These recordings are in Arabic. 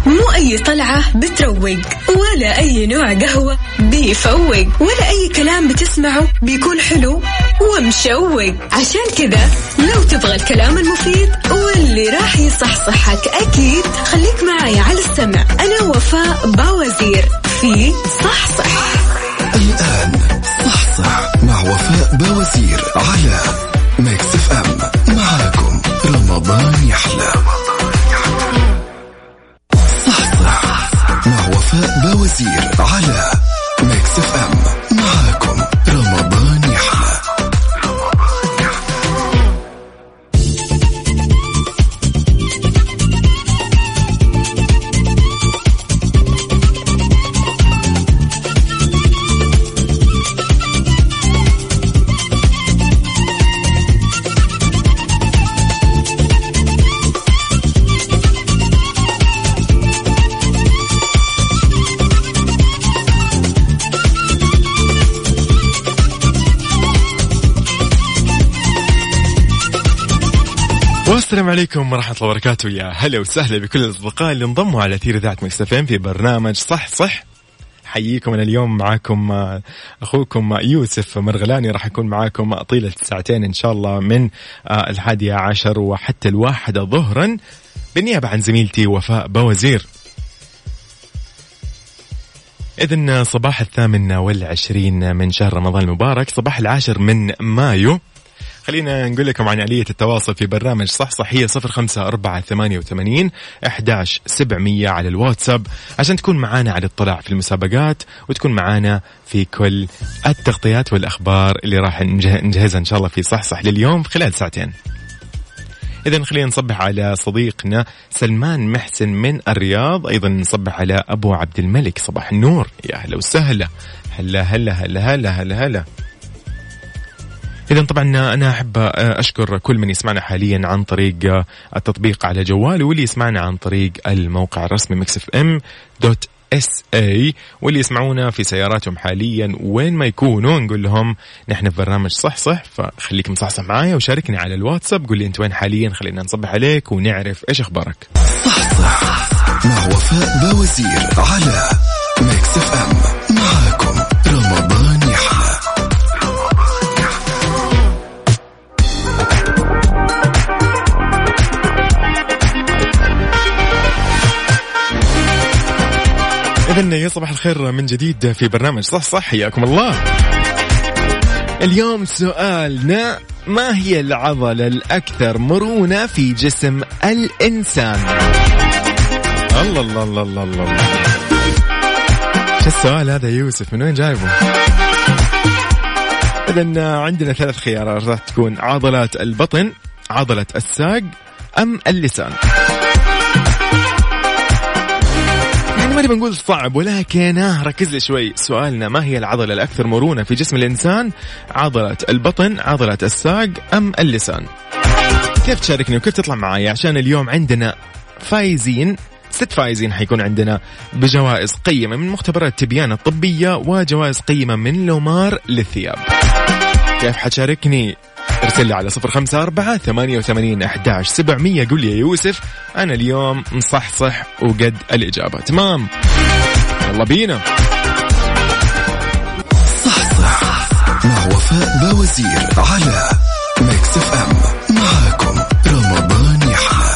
مو أي طلعة بتروق، ولا أي نوع قهوة بيفوق، ولا أي كلام بتسمعه بيكون حلو ومشوق. عشان كذا لو تبغى الكلام المفيد واللي راح يصحصحك أكيد خليك معايا على السمع. أنا وفاء باوزير في صحصح. الآن صحصح مع وفاء باوزير على ميكس اف ام. معاكم رمضان يحلى. صحصح مع وفاء باوزير على ميكس اف ام. معاكم رمضان يحلى. السلام عليكم ورحمة الله وبركاته. يا هلا وسهلا بكل الأصدقاء اللي انضموا على تير ذات ميكس اف ام في برنامج صح صح. حييكم. أنا اليوم معاكم أخوكم يوسف مرغلاني، راح أكون معاكم طيلة ساعتين إن شاء الله من 11 وحتى 1 ظهرا بالنيابة عن زميلتي وفاء باوزير. إذن صباح 28 من شهر رمضان المبارك، صباح 10 من مايو. خلينا نقول لكم عن آلية التواصل في برنامج صح هي 0548811700 على الواتساب عشان تكون معانا على الاطلاع في المسابقات وتكون معانا في كل التغطيات والأخبار اللي راح نجهزها إن شاء الله في صح لليوم خلال ساعتين. إذن خلينا نصبح على صديقنا سلمان محسن من الرياض، أيضا نصبح على أبو عبد الملك. صباح النور، يا هلا وسهلا. هلا هلا هلا هلا هلا هلا. إذن طبعا أنا أحب أشكر كل من يسمعنا حاليا عن طريق التطبيق على جواله، واللي يسمعنا عن طريق الموقع الرسمي mixfm.sa، واللي يسمعونا في سياراتهم حاليا وين ما يكونوا نقول لهم نحن في برنامج صح صح، فخليك مصحصح معايا وشاركني على الواتساب، قول لي أنت وين حاليا، خلينا نصبح عليك ونعرف إيش أخبارك. صح صح مع وفاء باوزير على ميكس اف ام. معاكم رمضان يحلى. إذن يا صباح الخير من جديد في برنامج صح صح، حياكم الله. اليوم سؤالنا: ما هي العضلة الأكثر مرونة في جسم الإنسان؟ الله الله الله الله الله. شو السؤال هذا يوسف؟ من وين جايبه؟ إذن عندنا 3 خيارات راح تكون: عضلات البطن، عضلة الساق، أم اللسان. ما نبي نقول صعب، ولكن ركز لي شوي. سؤالنا: ما هي العضلة الأكثر مرونة في جسم الإنسان؟ عضلة البطن، عضلة الساق، أم اللسان؟ كيف تشاركني وكيف تطلع معايا؟ عشان اليوم عندنا فايزين، 6 فايزين حيكون عندنا بجوائز قيمة من مختبرات تبيان الطبية وجوائز قيمة من لومار للثياب. كيف حتشاركني؟ ارسل لي على 0548811700. قول لي يا يوسف أنا اليوم مصحصح وقد الإجابة. تمام، يلا بينا. صحصح مع وفاء باوزير على ميكس اف ام. معاكم رمضان يحلى.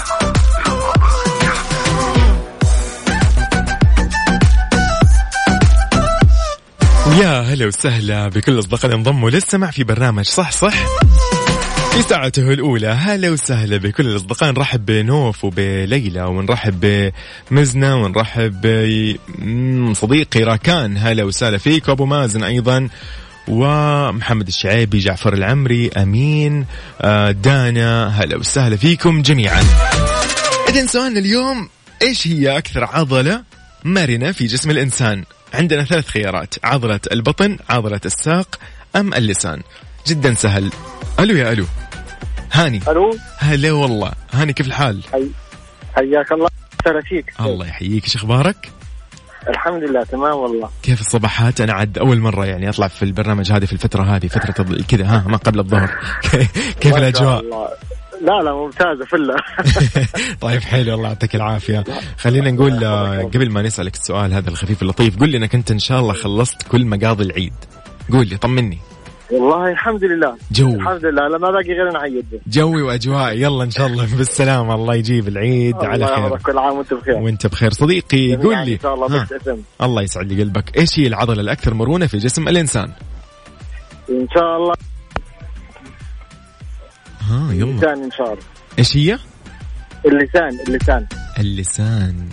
يا هلا وسهلا بكل أصدقائنا انضموا للسمع في برنامج صح صح في ساعته الأولى. هلا وسهلا بكل الأصدقاء. نرحب بنوف وبليلى، ونرحب بمزنة، ونرحب بصديقي راكان. هلا وسهلا فيك. وأبو مازن أيضا، ومحمد الشعيبي، جعفر العمري، أمين، دانا. هلا وسهلا فيكم جميعا. إذن سؤالنا اليوم: إيش هي أكثر عضلة مرنة في جسم الإنسان؟ عندنا 3 خيارات: عضلة البطن، عضلة الساق، أم اللسان. جدا سهل. ألو يا ألو، هاني. ألو، هلا والله هاني، كيف الحال؟ حياك الله. فيك. الله يحييك. إيش أخبارك؟ الحمد لله تمام والله. كيف الصباحات؟ أنا عد أول مرة يعني أطلع في البرنامج هذه في الفترة هذه، فترة كذا ما قبل الظهر. كيف الأجواء؟ لا ممتازة فله. طيب حلو، الله يعطيك العافية. خلينا نقول قبل ما نسألك السؤال هذا الخفيف اللطيف، قل لي انك انت ان شاء الله خلصت كل مقاضي العيد، قول لي طمني. والله الحمد لله الحمد لله، لا ما باقي غير نعيد جوي واجواء. يلا ان شاء الله بالسلامة، الله يجيب العيد على خير. كل عام وانت بخير. وانت بخير صديقي. قول لي ان شاء الله. الله يسعد لي قلبك، ايش هي العضلة الاكثر مرونة في جسم الانسان؟ ان شاء الله يلا اللسان ان شاء الله. ايش هي؟ اللسان.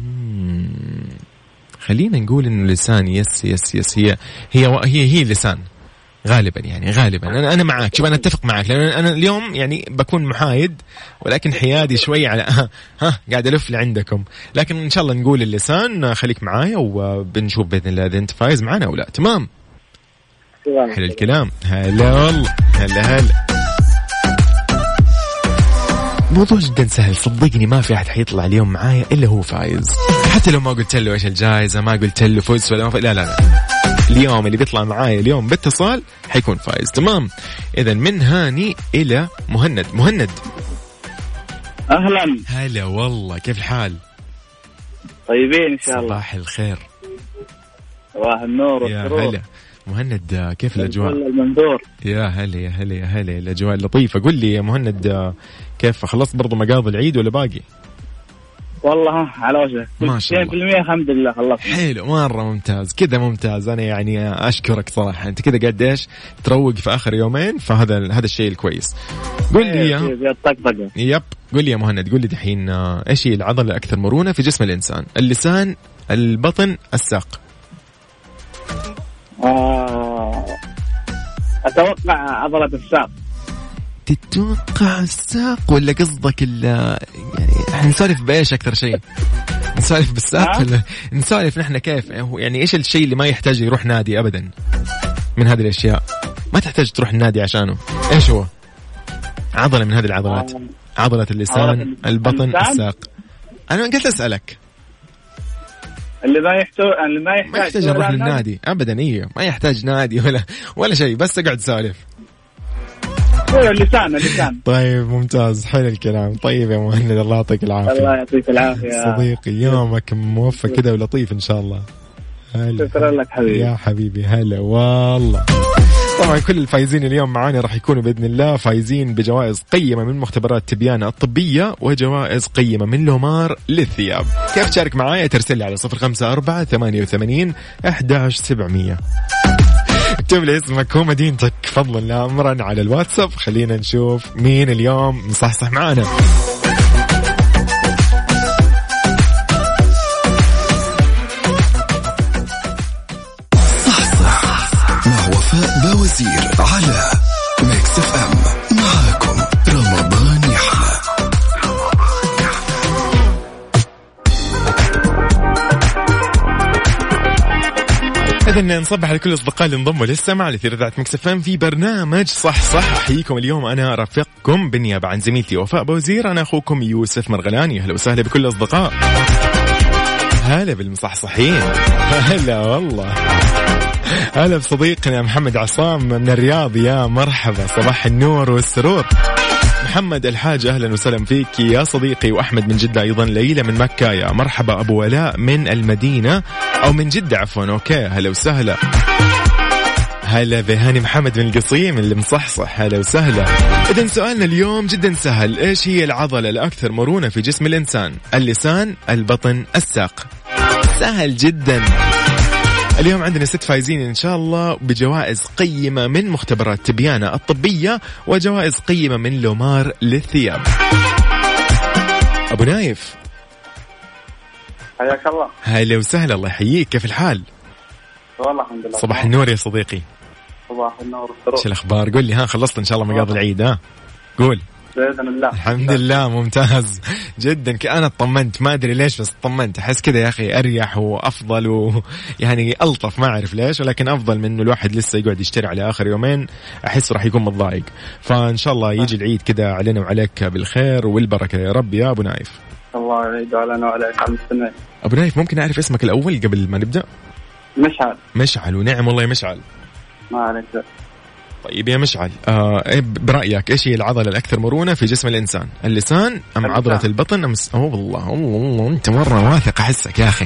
خلينا نقول انه اللسان. يس هي اللسان غالبا، يعني غالبا انا معاك. شوف انا اتفق معاك، لان انا اليوم يعني بكون محايد ولكن حيادي شوي على قاعد الف لعندكم، لكن ان شاء الله نقول اللسان. خليك معايا وبنشوف باذن الله اذا انت فايز معنا او لا. تمام حلو الكلام. هلا والله، هلا موضوع جدا سهل صدقني، ما في أحد حيطلع اليوم معايا إلا هو فايز، حتى لو ما قلت له إيش الجائزة، ما قلت له فوز ولا ما لا اليوم اللي بيطلع معايا اليوم باتصال حيكون فايز. تمام. إذا من هاني إلى مهند. أهلا. هلا والله، كيف الحال؟ طيبين إن شاء الله. صباح الخير. صباح النور والسرور. يا هلا مهند، كيف الأجواء؟ المنذور. يا هلا الأجواء لطيفة. قل لي يا مهند، كيف خلصت برضو مقاضي العيد ولا باقي؟ والله على وجهك ما شاء الله. 2% الحمد لله خلصت. حلو مرة ممتاز كذا، ممتاز. أنا يعني أشكرك صراحة، أنت كذا قاعد إيش تروق في آخر يومين، فهذا الشيء الكويس. قل لي يب قل لي يا مهند، قل لي دحين إيش هي العضلة الأكثر مرونة في جسم الإنسان؟ اللسان، البطن، الساق؟ أتوقع عضلة الساق. تتوقع الساق ولا قصدك يعني نسولف بإيش أكثر شيء؟ نسولف بالساق ولا نسولف نحن كيف يعني إيش الشيء اللي ما يحتاج يروح نادي أبدا من هذه الأشياء؟ ما تحتاج تروح النادي عشانه. إيش هو؟ عضلة من هذه العضلات. عضلة اللسان، البطن، الساق. أنا قلت أسألك اللي ما يحتاج نروح للنادي أبدا. إيه ما يحتاج نادي ولا شيء، بس أقعد سالف. اللسان. طيب ممتاز، حلو الكلام. طيب يا مهند، الله يعطيك العافية. الله يعطيك العافية صديقي، يومك موفق كده ولطيف إن شاء الله. شكرا لك حبيبي. يا حبيبي هلا والله. طبعا كل الفايزين اليوم معانا راح يكونوا بإذن الله فايزين بجوائز قيمة من مختبرات تبيانة الطبية وجوائز قيمة من لومار للثياب. كيف تشارك معايا؟ ترسل لي على 0548811700. اكتب لي اسمك ومدينتك فضلا أمرا على الواتساب. خلينا نشوف مين اليوم مصحصح معانا. مع وفاء باوزير على ميكس اف ام. معاكم رمضان يحلى. إذن نصبح على كل أصدقاء اللي انضموا للسماع لثير إذاعة ميكس اف ام في برنامج صح. أحييكم اليوم، أنا رفيقكم بالنيابة عن زميلتي وفاء باوزير، أنا أخوكم يوسف مرغلاني. أهلا وسهلا بكل الأصدقاء. هلا بالمصحصحين. هلا والله. هلا بصديقنا محمد عصام من الرياض، يا مرحبا، صباح النور والسرور. محمد الحاج أهلا وسهلا فيك يا صديقي. وأحمد من جدة أيضا. ليلى من مكة، يا مرحبا. أبو ولاء من المدينة أو من جدة عفوا، أوكي هلا وسهلا. هلا بهاني محمد من القصيم اللي مصحصح، هلا وسهلا. إذن سؤالنا اليوم جدا سهل، إيش هي العضلة الأكثر مرونة في جسم الإنسان؟ اللسان، البطن، الساق؟ سهل جدا. اليوم عندنا 6 فايزين إن شاء الله بجوائز قيمة من مختبرات تبيانة الطبية وجوائز قيمة من لومار للثياب. أبو نايف، حياك الله. هلا وسهلا، الله يحييك. كيف الحال؟ والله الحمد لله. صباح النور يا صديقي. صباح النور والسرور. شو الأخبار؟ قول لي، خلصت إن شاء الله مقاضي العيد؟ قول. بإذن الله. الحمد لله ممتاز جدا. أنا اطمنت، ما أدري ليش بس اطمنت، أحس كذا يا أخي أريح وأفضل ويعني ألطف، ما أعرف ليش، ولكن أفضل من إنه الواحد لسه يقعد يشتري على آخر يومين. أحس راح يكون متضايق. فإن شاء الله يجي العيد كذا علينا وعليك بالخير والبركة يا رب يا أبو نايف. الله يعيد علينا وعليك على المستمعين. أبو نايف، ممكن أعرف اسمك الأول قبل ما نبدأ؟ مشعل. مشعل، ونعم والله يا مشعل. ما عليك. طيب يا مشعل، برأيك إيش هي العضلة الأكثر مرونة في جسم الإنسان؟ اللسان أم عضلة البطن أم والله أنت مرة واثق أحسك يا أخي.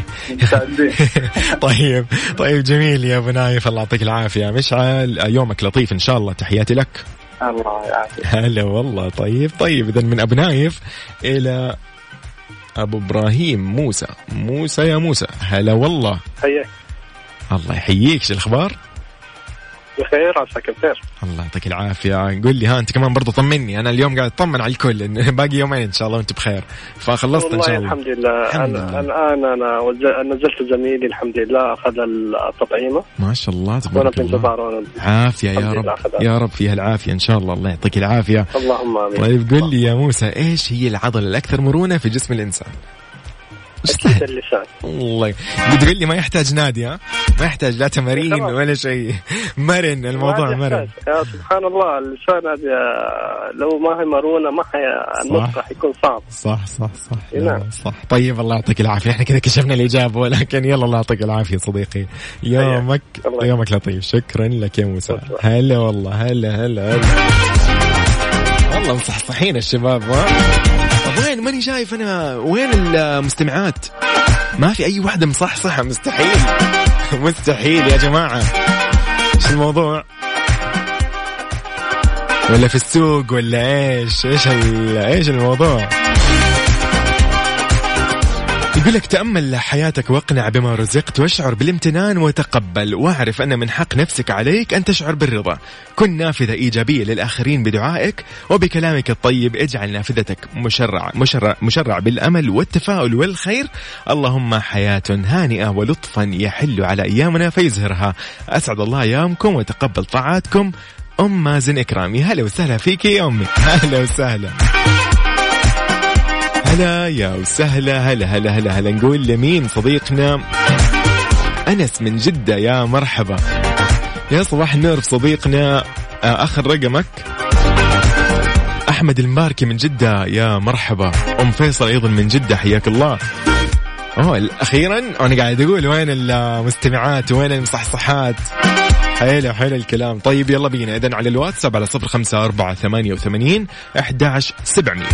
طيب جميل يا أبو نايف، الله يعطيك العافية. مشعل يومك لطيف إن شاء الله، تحياتي لك. الله يعافيك. هلا والله. طيب إذا من أبو نايف إلى أبو إبراهيم موسى يا موسى، هلا والله. حياك. الله يحييك، شو الأخبار؟ بخير، عساك بخير. الله يعطيك العافية. قول لي أنت كمان برضو طمني، أنا اليوم قاعد أطمن على الكل إن باقي يومين إن شاء الله وأنت بخير، فخلصت إن شاء الله. الحمد لله. أنا نزلت زميلي الحمد لله، أخذ التطعيمة ما شاء الله تبارك الله. عافية يا رب فيها العافية إن شاء الله. الله يعطيك العافية. اللهم آمين. طيب قول لي يا موسى، إيش هي العضلة الأكثر مرونة في جسم الإنسان؟ أكيد اللسان. والله بتقول لي ما يحتاج نادي، ما يحتاج لا تمارين ولا شيء، مرن الموضوع، مرن. يا سبحان الله، اللسان هذا لو ما هي مرونة ما هي النطق حيكون صعب. صح. طيب الله يعطيك العافية، احنا كذا كشفنا الإجابة، ولكن يلا الله يعطيك العافية صديقي، يومك لطيف. شكرا لك يا موسى. هلا والله، هلا والله مصحصحين الشباب. وين ماني شايف أنا، وين المستمعات؟ ما في أي واحدة مصحصحة، مستحيل يا جماعة. إيش الموضوع؟ ولا في السوق ولا إيش الموضوع؟ يقول لك تأمل حياتك واقنع بما رزقت واشعر بالامتنان وتقبل، واعرف أن من حق نفسك عليك أن تشعر بالرضا. كن نافذة إيجابية للآخرين بدعائك وبكلامك الطيب، اجعل نافذتك مشرع بالأمل والتفاؤل والخير. اللهم حياة هانئة ولطفا يحل على أيامنا فيزهرها. أسعد الله أيامكم وتقبل طاعاتكم. مازن إكرامي، هلا وسهلا فيك يا أمي. هلا وسهلا. هلا يا وسهلا. هلا نقول لمين صديقنا أنس من جدة، يا مرحبا، يا صباح النور صديقنا. آخر رقمك أحمد المباركي من جدة، يا مرحبا. فيصل أيضا من جدة، حياك الله. أخيرا أنا قاعد أقول وين المستمعات وين المصحصحات. حلو الكلام. طيب يلا بينا إذن على الواتساب على 0548811700.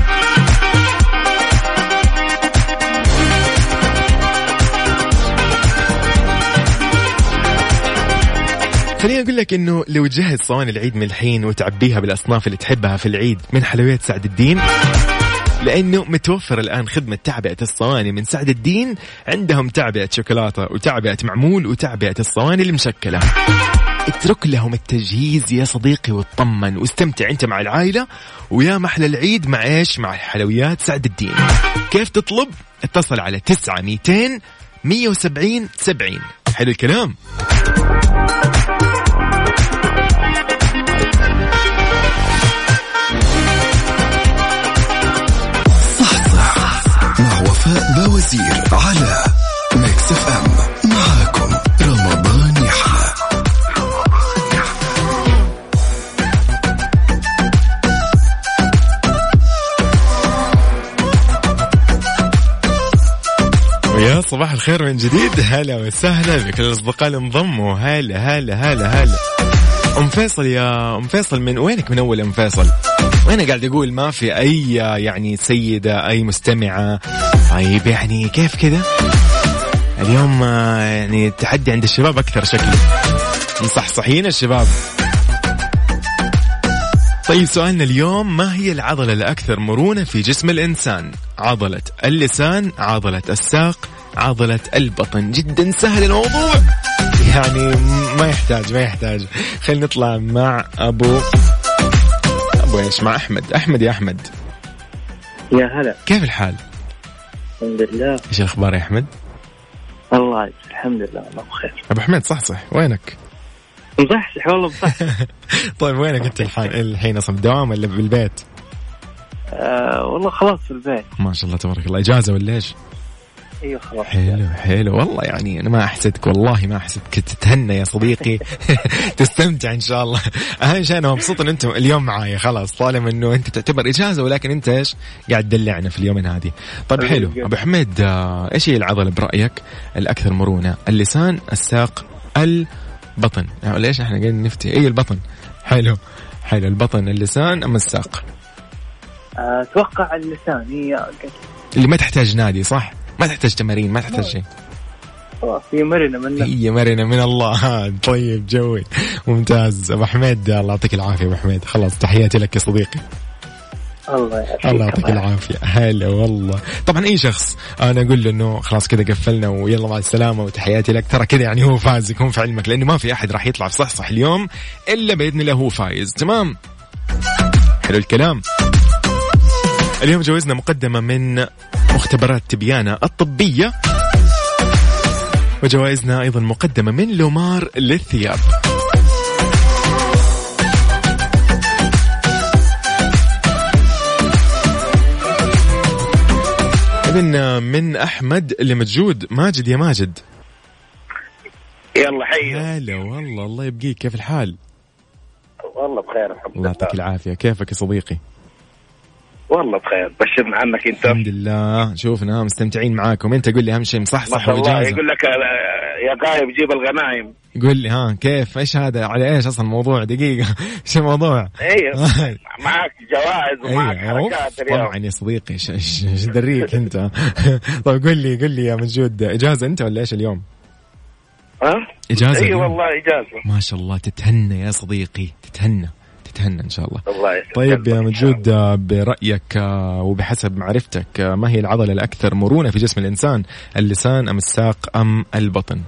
خليني أقول لك إنه لو جهز صواني العيد من الحين وتعبيها بالأصناف اللي تحبها في العيد من حلويات سعد الدين، لأنه متوفر الآن خدمة تعبئة الصواني من سعد الدين. عندهم تعبئة شوكولاتة وتعبئة معمول وتعبئة الصواني المشكلة. اترك لهم التجهيز يا صديقي واطمن واستمتع انت مع العائلة، ويا محلى العيد مع ايش؟ مع حلويات سعد الدين. كيف تطلب؟ اتصل على 9-200-170-70. حلو الكلام. صح مع وفاء باوزير على ميكس اف ام. معاكم رمضان يحلى. يا صباح الخير من جديد، هلا وسهلا بكل الأصدقاء اللي انضموا. هلا أم فيصل، يا أم فيصل من وينك من أول أم فيصل؟ وأنا قاعد أقول ما في أي يعني سيدة أي مستمعة. طيب يعني كيف كذا اليوم؟ يعني التحدي عند الشباب أكثر شكله، مصحصحين الشباب. طيب سؤالنا اليوم، ما هي العضلة الأكثر مرونة في جسم الإنسان؟ عضلة اللسان، عضلة الساق، عضلة البطن؟ جدا سهل الموضوع، يعني ما يحتاج. خلينا نطلع مع أبو إيش، مع أحمد يا أحمد. يا هلا، كيف الحال؟ الحمد لله. إيش الأخبار يا أحمد؟ الله الحمد لله، الله بخير. أبو حميد صح وينك؟ مصحصح والله مصحصح. طيب وينك أنت الحين أصلا بالدوام ولا بالبيت؟ والله خلاص في البيت. ما شاء الله تبارك الله. إجازة ولا إيش؟ ايوه خلاص. حلو والله، يعني انا ما احسدك، والله ما احسدك، تتهنى يا صديقي. تستمتع ان شاء الله. اهم شيء انا مبسوط ان انتم اليوم معايا، خلاص طالما انه انت تعتبر اجازه ولكن انت ايش قاعد تدلعنا في اليومين هذه. طيب حلو ابو حميد، ايش هي العضله برايك الاكثر مرونه؟ اللسان، الساق، البطن؟ ليش احنا قاعدين نفتي؟ البطن. حلو البطن، اللسان أم الساق؟ أتوقع اللسان هي اللي ما تحتاج نادي صح؟ ما تحتاج تمارين، ما تحتاج شيء. هي مرنة منه. هي مرنة من الله. طيب جوي ممتاز. أبو حميد الله يعطيك العافية. أبو حميد خلاص تحياتي لك يا صديقي. الله يعطيك العافية. هلا والله. طبعا أي شخص أنا أقول له إنه خلاص كذا قفلنا ويلا مع السلامة وتحياتي لك، ترى كذا يعني هو فاز، يكون في علمك، لأنه ما في أحد راح يطلع في صح اليوم إلا بإذن الله هو فايز. تمام، حلو الكلام. اليوم جوائزنا مقدمة من مختبرات تبيانة الطبية، وجوائزنا أيضا مقدمة من لومار للثياب. إذن من أحمد لمجود. ماجد، يا ماجد يلا حي. هلا والله، الله يبقيك، كيف الحال؟ والله بخير الحمد لله. الله يعطيك العافية. كيفك يا صديقي؟ والله بخير، بشرنا عنك انت. الحمد لله، شوفنا مستمتعين معاكم. انت قول لي اهم شيء مصحصح وجاهز. يقول لك يا قايب جيب الغنايم. قول لي ها كيف، ايش هذا، على ايش اصلا الموضوع؟ دقيقة ايش الموضوع؟ ايوه معك جوائز ومعك حركات اليوم. طبعا يا صديقي، ايش دريك انت؟ طيب قول لي يا مجود، اجازة انت ولا ايش اليوم؟ اجازة؟ اي والله اجازة. ما شاء الله، تتهنى يا صديقي، تتهنى ان شاء الله. الله طيب يا مجود، برأيك وبحسب معرفتك، ما هي العضلة الأكثر مرونة في جسم الإنسان؟ اللسان أم الساق أم البطن؟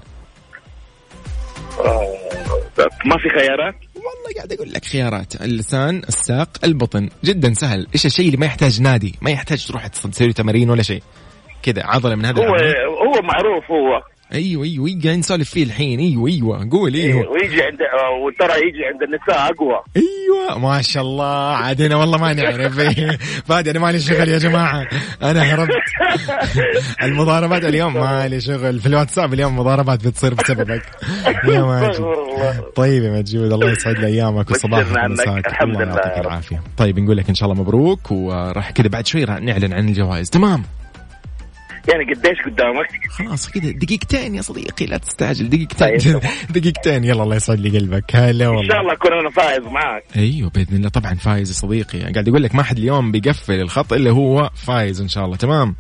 ما في خيارات؟ والله قاعد أقول لك خيارات، اللسان، الساق، البطن. جدا سهل. إيش الشيء اللي ما يحتاج نادي، ما يحتاج تروح تسوي تمارين ولا شيء، كذا عضلة من هذا هو معروف. هو ايوه قاعد نسولف فيه الحين. ايوه قول. ويجي عند، وترى يجي عند النساء اقوى. ايوه ما شاء الله. عاد انا والله ما نعرف. فادي انا مالي شغل يا جماعه، انا هربت. المضاربات اليوم مالي شغل، في الواتساب اليوم مضاربات بتصير بسببك يا ماجد. طيب يا مجود، الله يسعد لي ايامك وصباحك ومساك. الله يعطيك العافيه. طيب نقول لك ان شاء الله مبروك، وراح كذا بعد شوي راح نعلن عن الجوائز. تمام؟ يعني قديش قدامك؟ خلاص كده دقيقتين يا صديقي، لا تستعجل. دقيقتين. دقيقتين. يلا الله يسعد لي قلبك. هلا والله. ان شاء الله اكون انا فايز معك. ايوه باذن الله طبعا فايز يا صديقي. قاعد يقول لك ما حد اليوم بيقفل الخط الا هو فايز ان شاء الله. تمام؟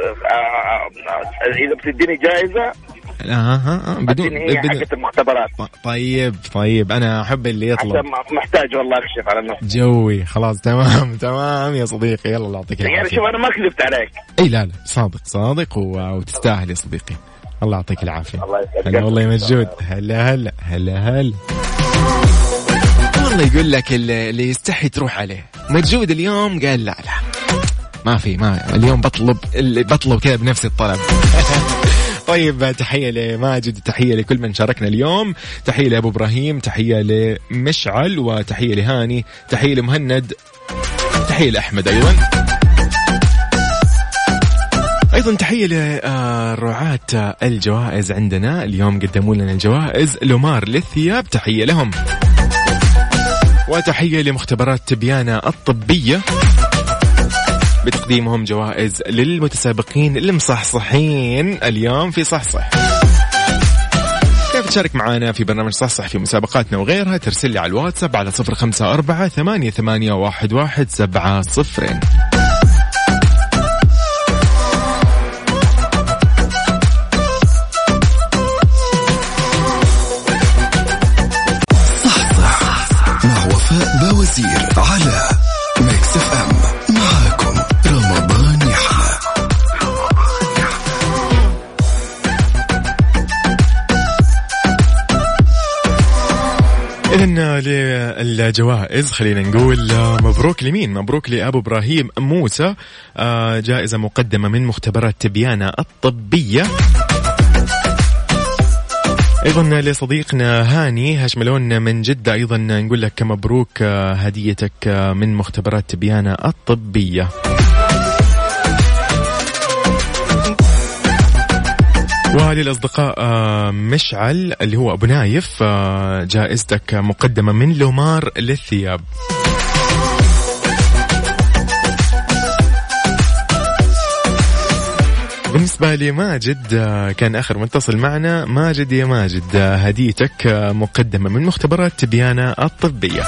اذا بتديني جائزه بدون حقة المختبرات. طيب انا احب اللي يطلب، محتاج والله اكشف على نفسي. جوي خلاص. تمام يا صديقي. يلا الله يعطيك العافيه. يعني شوف انا ما كذبت عليك. اي لا صادق وتستاهل يا صديقي. الله يعطيك العافيه. هلا والله يا مجود. هلا والله يقول لك اللي يستحي تروح عليه. مجود اليوم قال لا ما اليوم بطلب كذا بنفس الطلب. طيب تحية لماجد، تحية لكل من شاركنا اليوم، تحية لأبو إبراهيم، تحية لمشعل، وتحية لهاني، تحية لمهند، تحية لأحمد أيضا تحية لرعاة الجوائز. عندنا اليوم قدموا لنا الجوائز لومار للثياب، تحية لهم. وتحية لمختبرات تبيانة الطبية بتقديمهم جوائز للمتسابقين المصحصحين اليوم في صحصح. كيف تشارك معنا في برنامج صحصح في مسابقاتنا وغيرها؟ ترسل لي على الواتساب على 0548811700. صحصح مع وفاء باوزير على ميكس اف ام. معاكم رمضان يحلى. إذن للجوائز خلينا نقول مبروك لمين؟ مبروك لأبو إبراهيم موسى، جائزة مقدمة من مختبرات تبيانة الطبية. أيضا لصديقنا هاني هاشملون من جدة، أيضا نقول لك مبروك هديتك من مختبرات تبيانة الطبية. وللأصدقاء مشعل اللي هو أبو نايف، جائزتك مقدمة من لومار للثياب. بالنسبة لي ماجد كان آخر متصل معنا. ماجد يا ماجد، هديتك مقدمة من مختبرات تبيانة الطبية.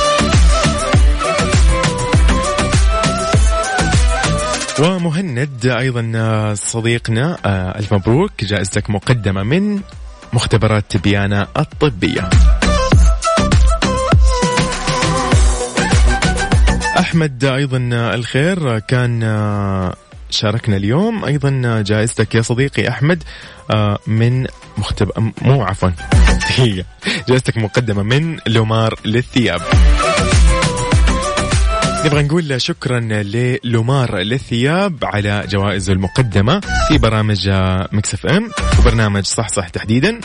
ومهند أيضا صديقنا، ألف مبروك، جائزتك مقدمة من مختبرات تبيانة الطبية. أحمد أيضا الخير، كان شاركنا اليوم، أيضا جائزتك يا صديقي أحمد من جائزتك مقدمة من لومار للثياب. نبغى نقول شكرا للومار للثياب على جوائز المقدمة في برامج ميكس اف ام وبرنامج صح تحديدا،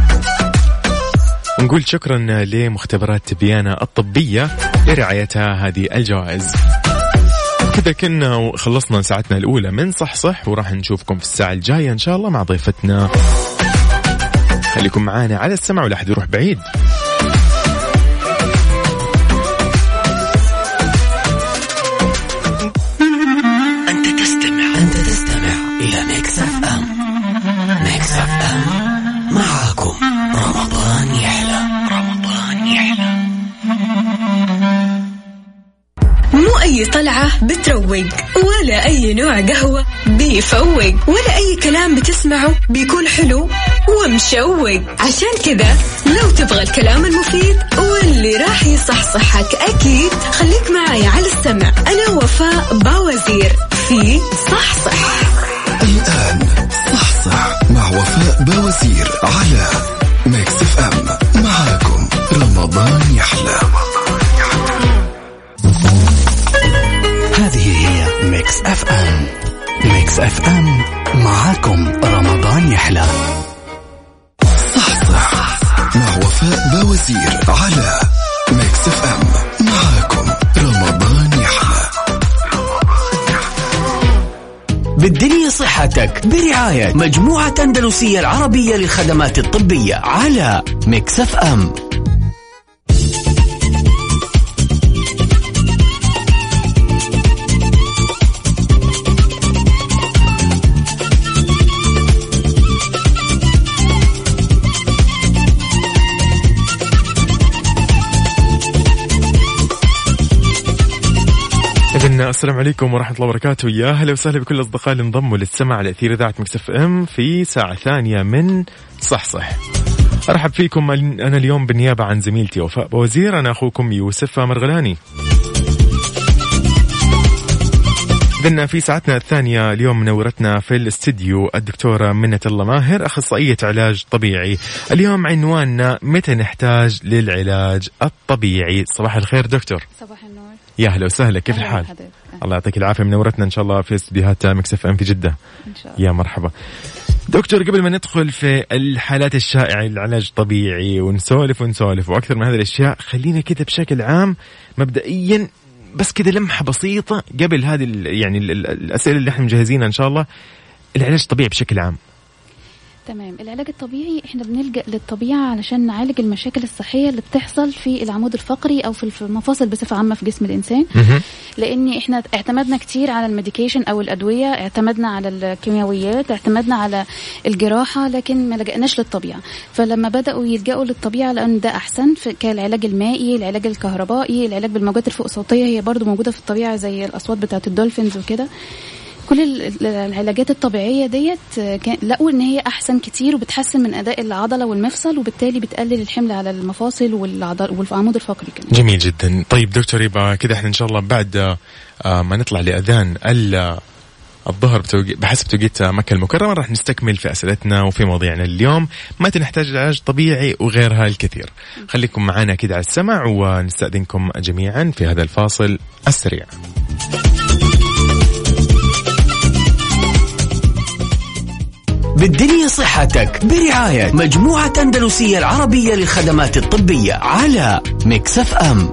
ونقول شكرا لمختبرات تبيانة الطبية لرعايتها هذه الجوائز. كذا كنا خلصنا ساعتنا الأولى من صح، وراح نشوفكم في الساعة الجاية إن شاء الله مع ضيفتنا. خليكم معانا على السمع ولا أحد يروح بعيد. أنت تستمع إلى ميكس اف ام. ميكس اف ام معاكم رمضان يحلى. مو أي طلعة بتروق، ولا أي نوع قهوة بيفوق، ولا أي كلام بتسمعه بيكون حلو ومشوق. عشان كذا لو تبغى الكلام المفيد واللي راح يصحصحك أكيد خليك معايا على السمع. أنا وفاء باوزير في صح. الآن صح مع وفاء باوزير على ميكس اف ام. معاكم رمضان يحلى. هذه هي ميكس اف ام. ميكس اف ام معاكم رمضان يحلى. صح مع وفاء باوزير على ميكس اف ام. معاكم رمضان يحلى. بالدنيا صحتك برعاية مجموعة أندلسية العربية للخدمات الطبية على ميكس اف ام. السلام عليكم ورحمة الله وبركاته. يا هلا وسهلا بكل الأصدقاء اللي انضموا للسمع على أثير إذاعة ميكس اف ام في ساعة ثانية من صح. أرحب فيكم أنا اليوم بالنيابة عن زميلتي وفاء باوزير. أنا أخوكم يوسف مرغلاني. إذن في ساعتنا الثانية اليوم منورتنا في الاستديو الدكتورة منة الله ماهر، أخصائية علاج طبيعي. اليوم عنواننا متى نحتاج للعلاج الطبيعي. صباح الخير دكتور. صباح النور. يا هلا وسهلا، كيف الحال؟ الله يعطيك العافية، منورتنا إن شاء الله في استديوهات ميكس اف ام في جدة إن شاء الله. يا مرحبا دكتور. قبل ما ندخل في الحالات الشائعة للعلاج الطبيعي ونسولف وأكثر من هذه الأشياء، خلينا كده بشكل عام مبدئيا بس كده لمحة بسيطة قبل هذه يعني الأسئلة اللي احنا مجهزينها إن شاء الله. العلاج الطبيعي بشكل عام. تمام. العلاج الطبيعي احنا بنلجأ للطبيعة علشان نعالج المشاكل الصحية اللي بتحصل في العمود الفقري او في المفاصل بصفة عامة في جسم الانسان. لان احنا اعتمدنا كتير على الميديكيشن او الادوية، اعتمدنا على الكيماويات، اعتمدنا على الجراحة، لكن ما لجأناش للطبيعة. فلما بدأوا يلجأوا للطبيعة لان ده احسن، كالعلاج المائي، العلاج الكهربائي، العلاج بالموجات الفوق صوتية هي برضو موجودة في الطبيعة زي الاصوات بتاعة الدولفينز وكده. كل العلاجات الطبيعية ديت لقوا ان هي احسن كتير وبتحسن من اداء العضلة والمفصل، وبالتالي بتقلل الحمل على المفاصل والعمود الفقري كمان. جميل جدا. طيب دكتور، يبقى كده احنا ان شاء الله بعد ما نطلع لأذان الظهر بحسب توقيت مكة المكرمة راح نستكمل في أسئلتنا وفي مواضيعنا اليوم. متى نحتاج العلاج طبيعي وغيرها الكثير. خليكم معنا كده على السمع ونستأذنكم جميعا في هذا الفاصل السريع. بالدنيا صحتك برعاية مجموعة أندلسية العربية للخدمات الطبية على ميكس اف ام.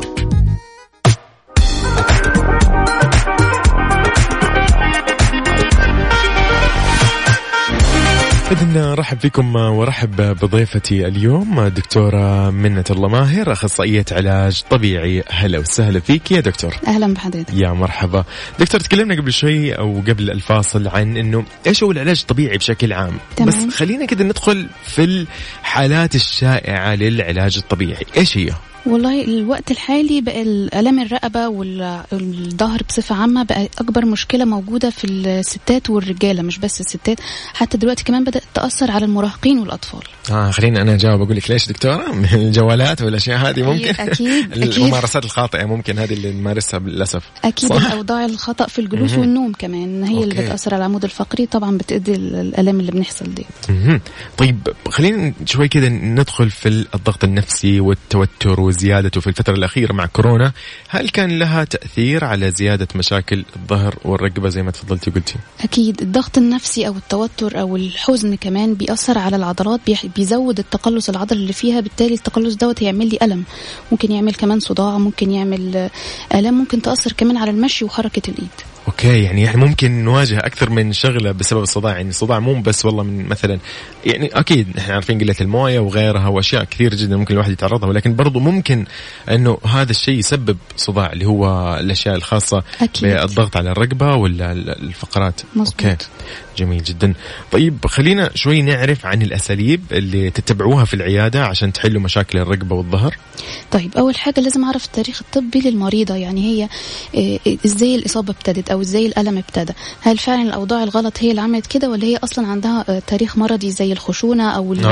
إذن رحب فيكم ورحب بضيفتي اليوم دكتورة منة الله ماهر، أخصائية علاج طبيعي. هلا وسهلا فيك يا دكتور. أهلا بحضرتك. يا مرحبا دكتور. تكلمنا قبل شوي أو قبل الفاصل عن إنه إيش هو العلاج الطبيعي بشكل عام. تمام. بس خلينا كده ندخل في الحالات الشائعة للعلاج الطبيعي. إيش هي؟ والله الوقت الحالي بقى الآلام الرقبة والظهر بصفة عامة بقى أكبر مشكلة موجودة في الستات والرجالة، مش بس الستات، حتى دلوقتي كمان بدأت تأثر على المراهقين والأطفال. خلينا أنا أجاوب أقول لك ليش دكتورة. من الجوالات والأشياء هذه ممكن. أكيد. الممارسات الخاطئة ممكن هذه اللي نمارسها للأسف. أكيد. الأوضاع الخطأ في الجلوس والنوم كمان هي اللي بتأثر على العمود الفقري، طبعا بتؤدي الآلام اللي بنحصل دي. طيب خلينا شوي كده ندخل في الضغط النفسي والتوتر وزيادته في الفترة الأخيرة مع كورونا. هل كان لها تأثير على زيادة مشاكل الظهر والرقبة زي ما تفضلتي قلتي؟ أكيد. الضغط النفسي أو التوتر أو الحزن كمان بيأثر على العضلات، بيزود التقلص العضلي اللي فيها، بالتالي التقلص دوت هيعمل لي ألم، ممكن يعمل كمان صداع، ممكن يعمل آلام، ممكن تأثر كمان على المشي وحركة الإيد. اوكي، يعني احنا ممكن نواجه اكثر من شغله بسبب الصداع. يعني الصداع مو بس والله من مثلا، يعني اكيد احنا عارفين قله المويه وغيرها واشياء كثير جدا ممكن الواحد يتعرضها، ولكن برضو ممكن انه هذا الشيء يسبب صداع اللي هو الاشياء الخاصه بالضغط على الرقبه ولا الفقرات. مزبوط. اوكي جميل جدا. طيب خلينا شوي نعرف عن الاساليب اللي تتبعوها في العياده عشان تحلوا مشاكل الرقبه والظهر. طيب اول حاجه لازم اعرف التاريخ الطبي للمريضه، يعني هي ازاي الاصابه ابتدت او ازاي الالم ابتدى، هل فعلا الاوضاع الغلط هي اللي عملت كده ولا هي اصلا عندها تاريخ مرضي زي الخشونه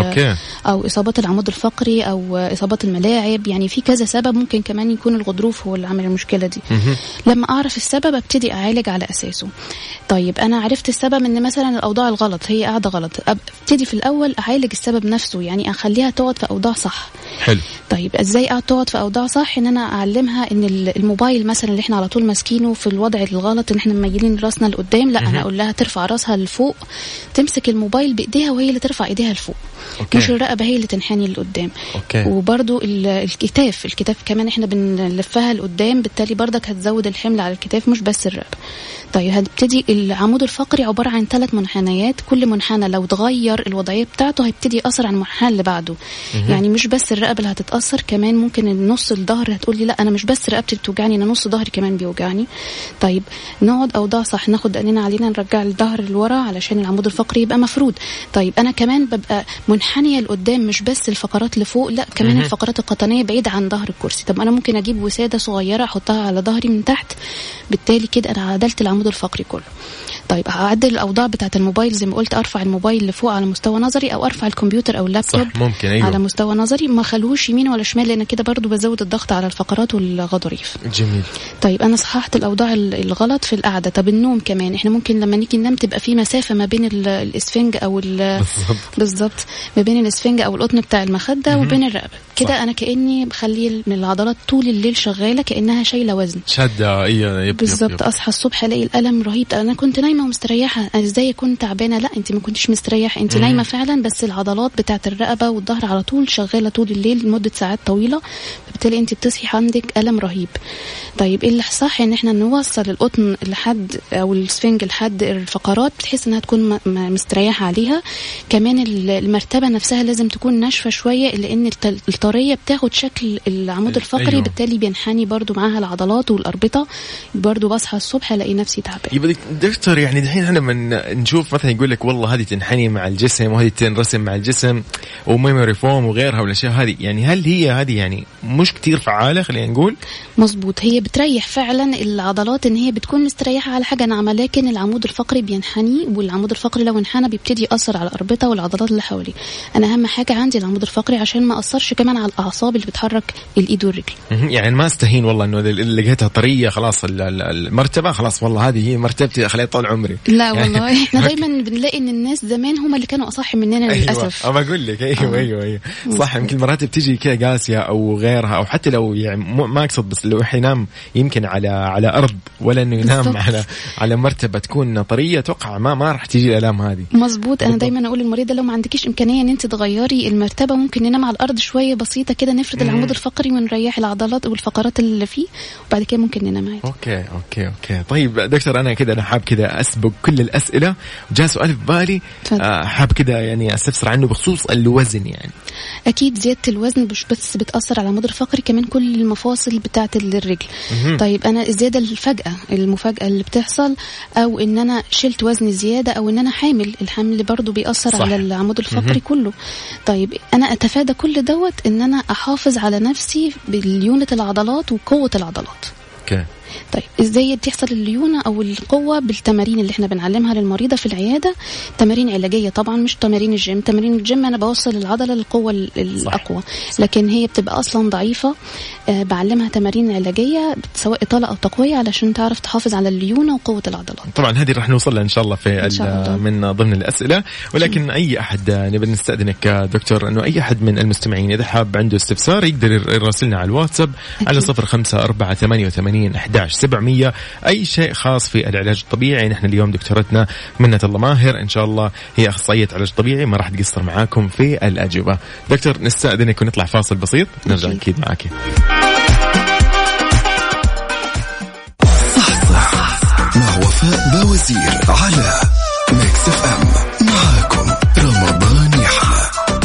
او اصابات العمود الفقري او اصابات الملاعب. يعني في كذا سبب، ممكن كمان يكون الغضروف هو اللي عامل المشكله دي. لما اعرف السبب ابتدي اعالج على اساسه. طيب انا عرفت السبب ان مثلا الاوضاع الغلط هي قاعده غلط، ابتدي في الاول اعالج السبب نفسه، يعني اخليها تقعد في اوضاع صح. حلو. طيب ازاي تقعد في اوضاع صح؟ ان انا اعلمها ان الموبايل مثلا اللي احنا على طول ماسكينه في الوضع الغلط، ان احنا مميلين راسنا لقدام، لا انا اقول لها ترفع راسها لفوق، تمسك الموبايل بايديها وهي اللي ترفع ايديها لفوق. أوكي. مش الرقبه هي اللي تنحني لقدام. وبرده الكتاف كمان احنا بنلفها لقدام، بالتالي برضك هتزود الحمل على الكتاف مش بس الرقبه. طيب هنبتدي العمود الفقري عباره عن 3 منحنيات، كل منحنى لو تغير الوضعيه بتاعته هيبتدي ياثر على المنحنى اللي بعده. يعني مش بس الرقبه اللي هتتاثر، كمان ممكن النص الظهر هتقولي لا انا مش بس رقبتي بتوجعني، انا نص ظهري كمان بيوجعني. طيب نقعد اوضاع صح، ناخد ايدينا علينا، نرجع الظهر لورا علشان العمود الفقري يبقى مفرود. طيب انا كمان ببقى منحنيه لقدام، مش بس الفقرات لفوق، لا كمان الفقرات القطنيه بعيده عن ظهر الكرسي. طب انا ممكن اجيب وساده صغيره احطها على ظهري من تحت، بالتالي كده انا عدلت العمود الفقري كله. طيب هعدل الاوضاع بتاعه الموبايل زي ما قلت، ارفع الموبايل لفوق على مستوى نظري او ارفع الكمبيوتر او اللابتوب ممكن. أيوة. على مستوى نظري، ما خلوش يمين ولا شمال، لان كده برضو بزود الضغط على الفقرات والغضاريف. جميل. طيب انا صححت الاوضاع الغلط في القعده. طب النوم كمان، احنا ممكن لما نيجي ننام تبقى في مسافه ما بين الاسفنج او بالظبط ما بين الاسفنج او القطن بتاع المخده وبين الرقبه، كده انا كاني بخلي من العضلات طول الليل شغاله كانها شايله وزن شده. بالظبط. اصحى الصبح الاقي الالم رهيب، انا كنت نايمه ومستريحه، ازاي اكون تعبانه؟ لا انت ما كنتش مستريحه، انت نايمه فعلا، بس العضلات بتاعه الرقبه والظهر على طول شغاله طول الليل لمده ساعات طويله، فبالتالي انت بتصحي عندك الم رهيب. طيب ايه اللي صح؟ ان احنا نوصل القطن لحد او السفنج لحد الفقرات بحيث انها تكون مستريحه عليها. كمان المرتبه نفسها لازم تكون ناشفه شويه، لان الطريه بتاخد شكل العمود الفقري. أيوه. بالتالي بينحني برضو معاها العضلات والاربطه، برضو بصحى الصبح الاقي نفسي تعبان. يبقى دكتور يعني دحين احنا من نشوف مثلا يقول لك والله هذه تنحني مع الجسم وهذه تنرسم مع الجسم وميموري فوم وغيرها والاشياء هذه، يعني هل هي هذه يعني مش كتير فعاله؟ خلينا نقول مظبوط، هي بتريح فعلا العضلات ان هي بتكون مستريحه على حاجه ناعمه، لكن العمود الفقري بينحني، والعمود الفقري لو انحنى بيبتدي ياثر على الاربطه والعضلات اللي حواليه. انا اهم حاجه عندي العمود الفقري عشان ما اثرش كمان على الاعصاب اللي بتحرك الايد والرجل. يعني ما استهين والله انه اللي لقيتها طريه خلاص المرتبه خلاص والله هذه هي مرتبتي خليها طول عمري. لا والله احنا دايما بنلاقي ان الناس زمان هم اللي كانوا اصح مننا للاسف. أيوة. اقول لك ايوه صح. يمكن مراتب تيجي كذا قاسيه او غيرها، او حتى لو يعني ما اقصد، بس لو ينام يمكن على ارض ولا انه ينام على مرتبه تكون طريه، اتوقع ما راح تيجي الالام هذه. مظبوط. انا دايما اقول للمريضه لو ما عندكيش امكانيه ان انت تغيري المرتبه، ممكن ننام على الارض شويه بسيطة كده، نفرد العمود الفقري ونريح العضلات والفقرات اللي فيه، وبعد كده ممكن ننام عادي. اوكي. طيب دكتور، انا حاب كده اسبق كل الاسئله، وجاء سؤال في بالي حاب كده يعني استفسر عنه بخصوص الوزن. يعني اكيد زياده الوزن مش بس بتاثر على العمود الفقري، كمان كل المفاصل بتاعه الرجل. طيب انا الزياده المفاجاه اللي بتحصل، او ان انا شلت وزن زياده، او ان انا الحمل برضو بيأثر صح. على العمود الفقري كله. طيب انا اتفادى كل دوت ان انا احافظ على نفسي بليونة العضلات وقوة العضلات. طيب ازاي تحصل الليونة او القوة؟ بالتمارين اللي احنا بنعلمها للمريضة في العيادة، تمارين علاجية طبعا، مش تمارين الجيم. تمارين الجيم انا بوصل العضلة للقوة الاقوى، لكن هي بتبقى اصلا ضعيفة. بعلمها تمارين علاجية سواء اطالة او تقوية علشان تعرف تحافظ على الليونة وقوة العضلات. طبعا هذه رح نوصل لها ان شاء الله في من ضمن الاسئلة، ولكن اي احد نبي نستأذنك دكتور انه اي احد من المستمعين اذا حاب عنده استفسار يقدر يراسلنا على الواتساب على 0548811700. أي شيء خاص في العلاج الطبيعي. نحن اليوم دكتورتنا منة الله ماهر إن شاء الله هي أخصائية علاج طبيعي، ما راح تقصر معاكم في الأجوبة. دكتور نستأذنك ونطلع فاصل بسيط، نرجع أكيد معاكي. صح مع وفاء باوزير على ميكس اف ام. معاكم رمضان يحلى.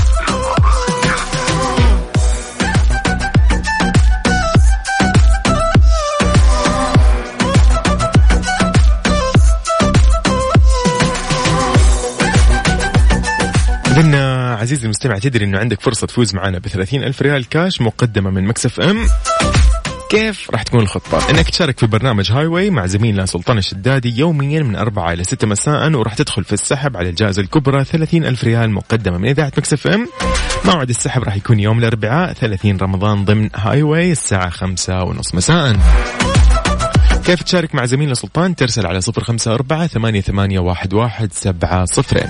قلنا عزيزي المستمع، تدري أنه عندك فرصة تفوز معنا ب30,000 ريال كاش مقدمة من ميكس اف ام. كيف راح تكون الخطة؟ انك تشارك في برنامج هاي واي مع زميلنا سلطان الشدادي يوميا من 4 إلى 6 مساء، وراح تدخل في السحب على الجائزة الكبرى 30,000 ريال مقدمة من إذاعة ميكس اف ام. موعد السحب راح يكون يوم الأربعاء 30 رمضان ضمن هاي واي الساعة 5:30 مساء. كيف تشارك مع زميلنا سلطان؟ ترسل على 0548811700.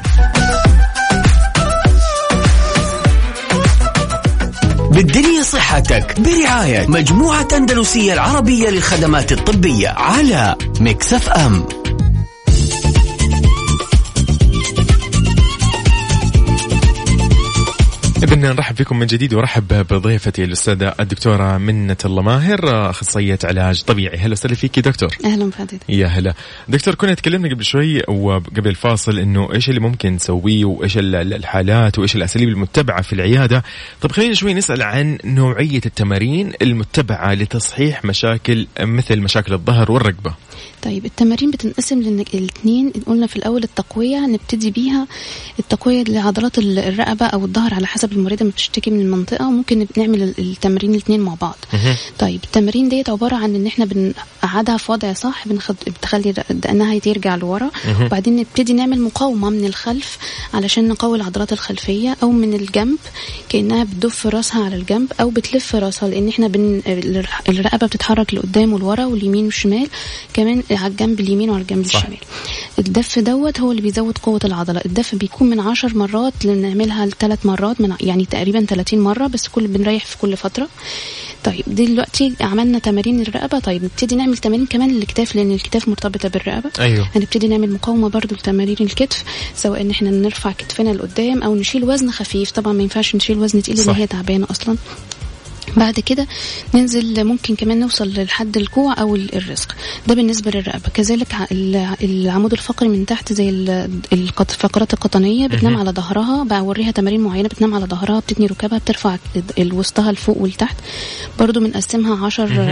بالدنيا صحتك برعاية مجموعة أندلسية العربية للخدمات الطبية على ميكس اف ام. إذن نرحب فيكم من جديد، ورحب بضيفتي الأستاذة الدكتورة منة الله ماهر، أخصائية علاج طبيعي. هلا وسهلا فيكي دكتور. أهلا بحضرتك. يا هلا دكتور. كنا تكلمنا قبل شوي وقبل الفاصل إنه إيش اللي ممكن نسويه وإيش الحالات وإيش الأساليب المتبعة في العيادة. طب خلينا شوي نسأل عن نوعية التمارين المتبعة لتصحيح مشاكل مثل مشاكل الظهر والركبة. طيب التمارين بتنقسم للاثنين. قلنا في الأول التقوية نبتدي بيها، التقوية لعضلات الرقبة أو الظهر على حسب المريضة ما بتشتكي من المنطقة، وممكن نعمل التمارين الاثنين مع بعض. طيب التمارين ديت عبارة عن ان احنا بنقعدها في وضع صح، بتخلي دقنها ترجع لورا، وبعدين نبتدي نعمل مقاومة من الخلف علشان نقوي العضلات الخلفية، او من الجنب كأنها بتدف راسها على الجنب او بتلف راسها، لان احنا الرقبة بتتحرك لقدام ولورا واليمين والشمال، كمان على الجنب اليمين وعلى الجنب الشمال. الدف دوت هو اللي بيزود قوة العضلة. الدف بيكون من 10 مرات لنعملها ل3 مرات، يعني تقريبا 30 مرة، بس بنريح في كل فترة. طيب دلوقتي عملنا تمارين الرقبة، طيب نبتدي نعمل تمارين كمان للكتاف، لأن الكتاف مرتبطة بالرقبة. أيوه. هنبتدي نعمل مقاومة برضو لتمارين الكتف، سواء ان احنا نرفع كتفنا لقدام او نشيل وزن خفيف. طبعا ما ينفعش نشيل وزن تقيل لأن هي تعبانة أصلا. بعد كده ننزل، ممكن كمان نوصل لحد الكوع أو الرزق. ده بالنسبة للرقبة. كذلك العمود الفقري من تحت زي الفقرات القطنية بتنام على ظهرها، بوريها تمارين معينة بتنام على ظهرها، بتتني ركبها، بترفع الوسطها لفوق ولتحت. برضو بنقسمها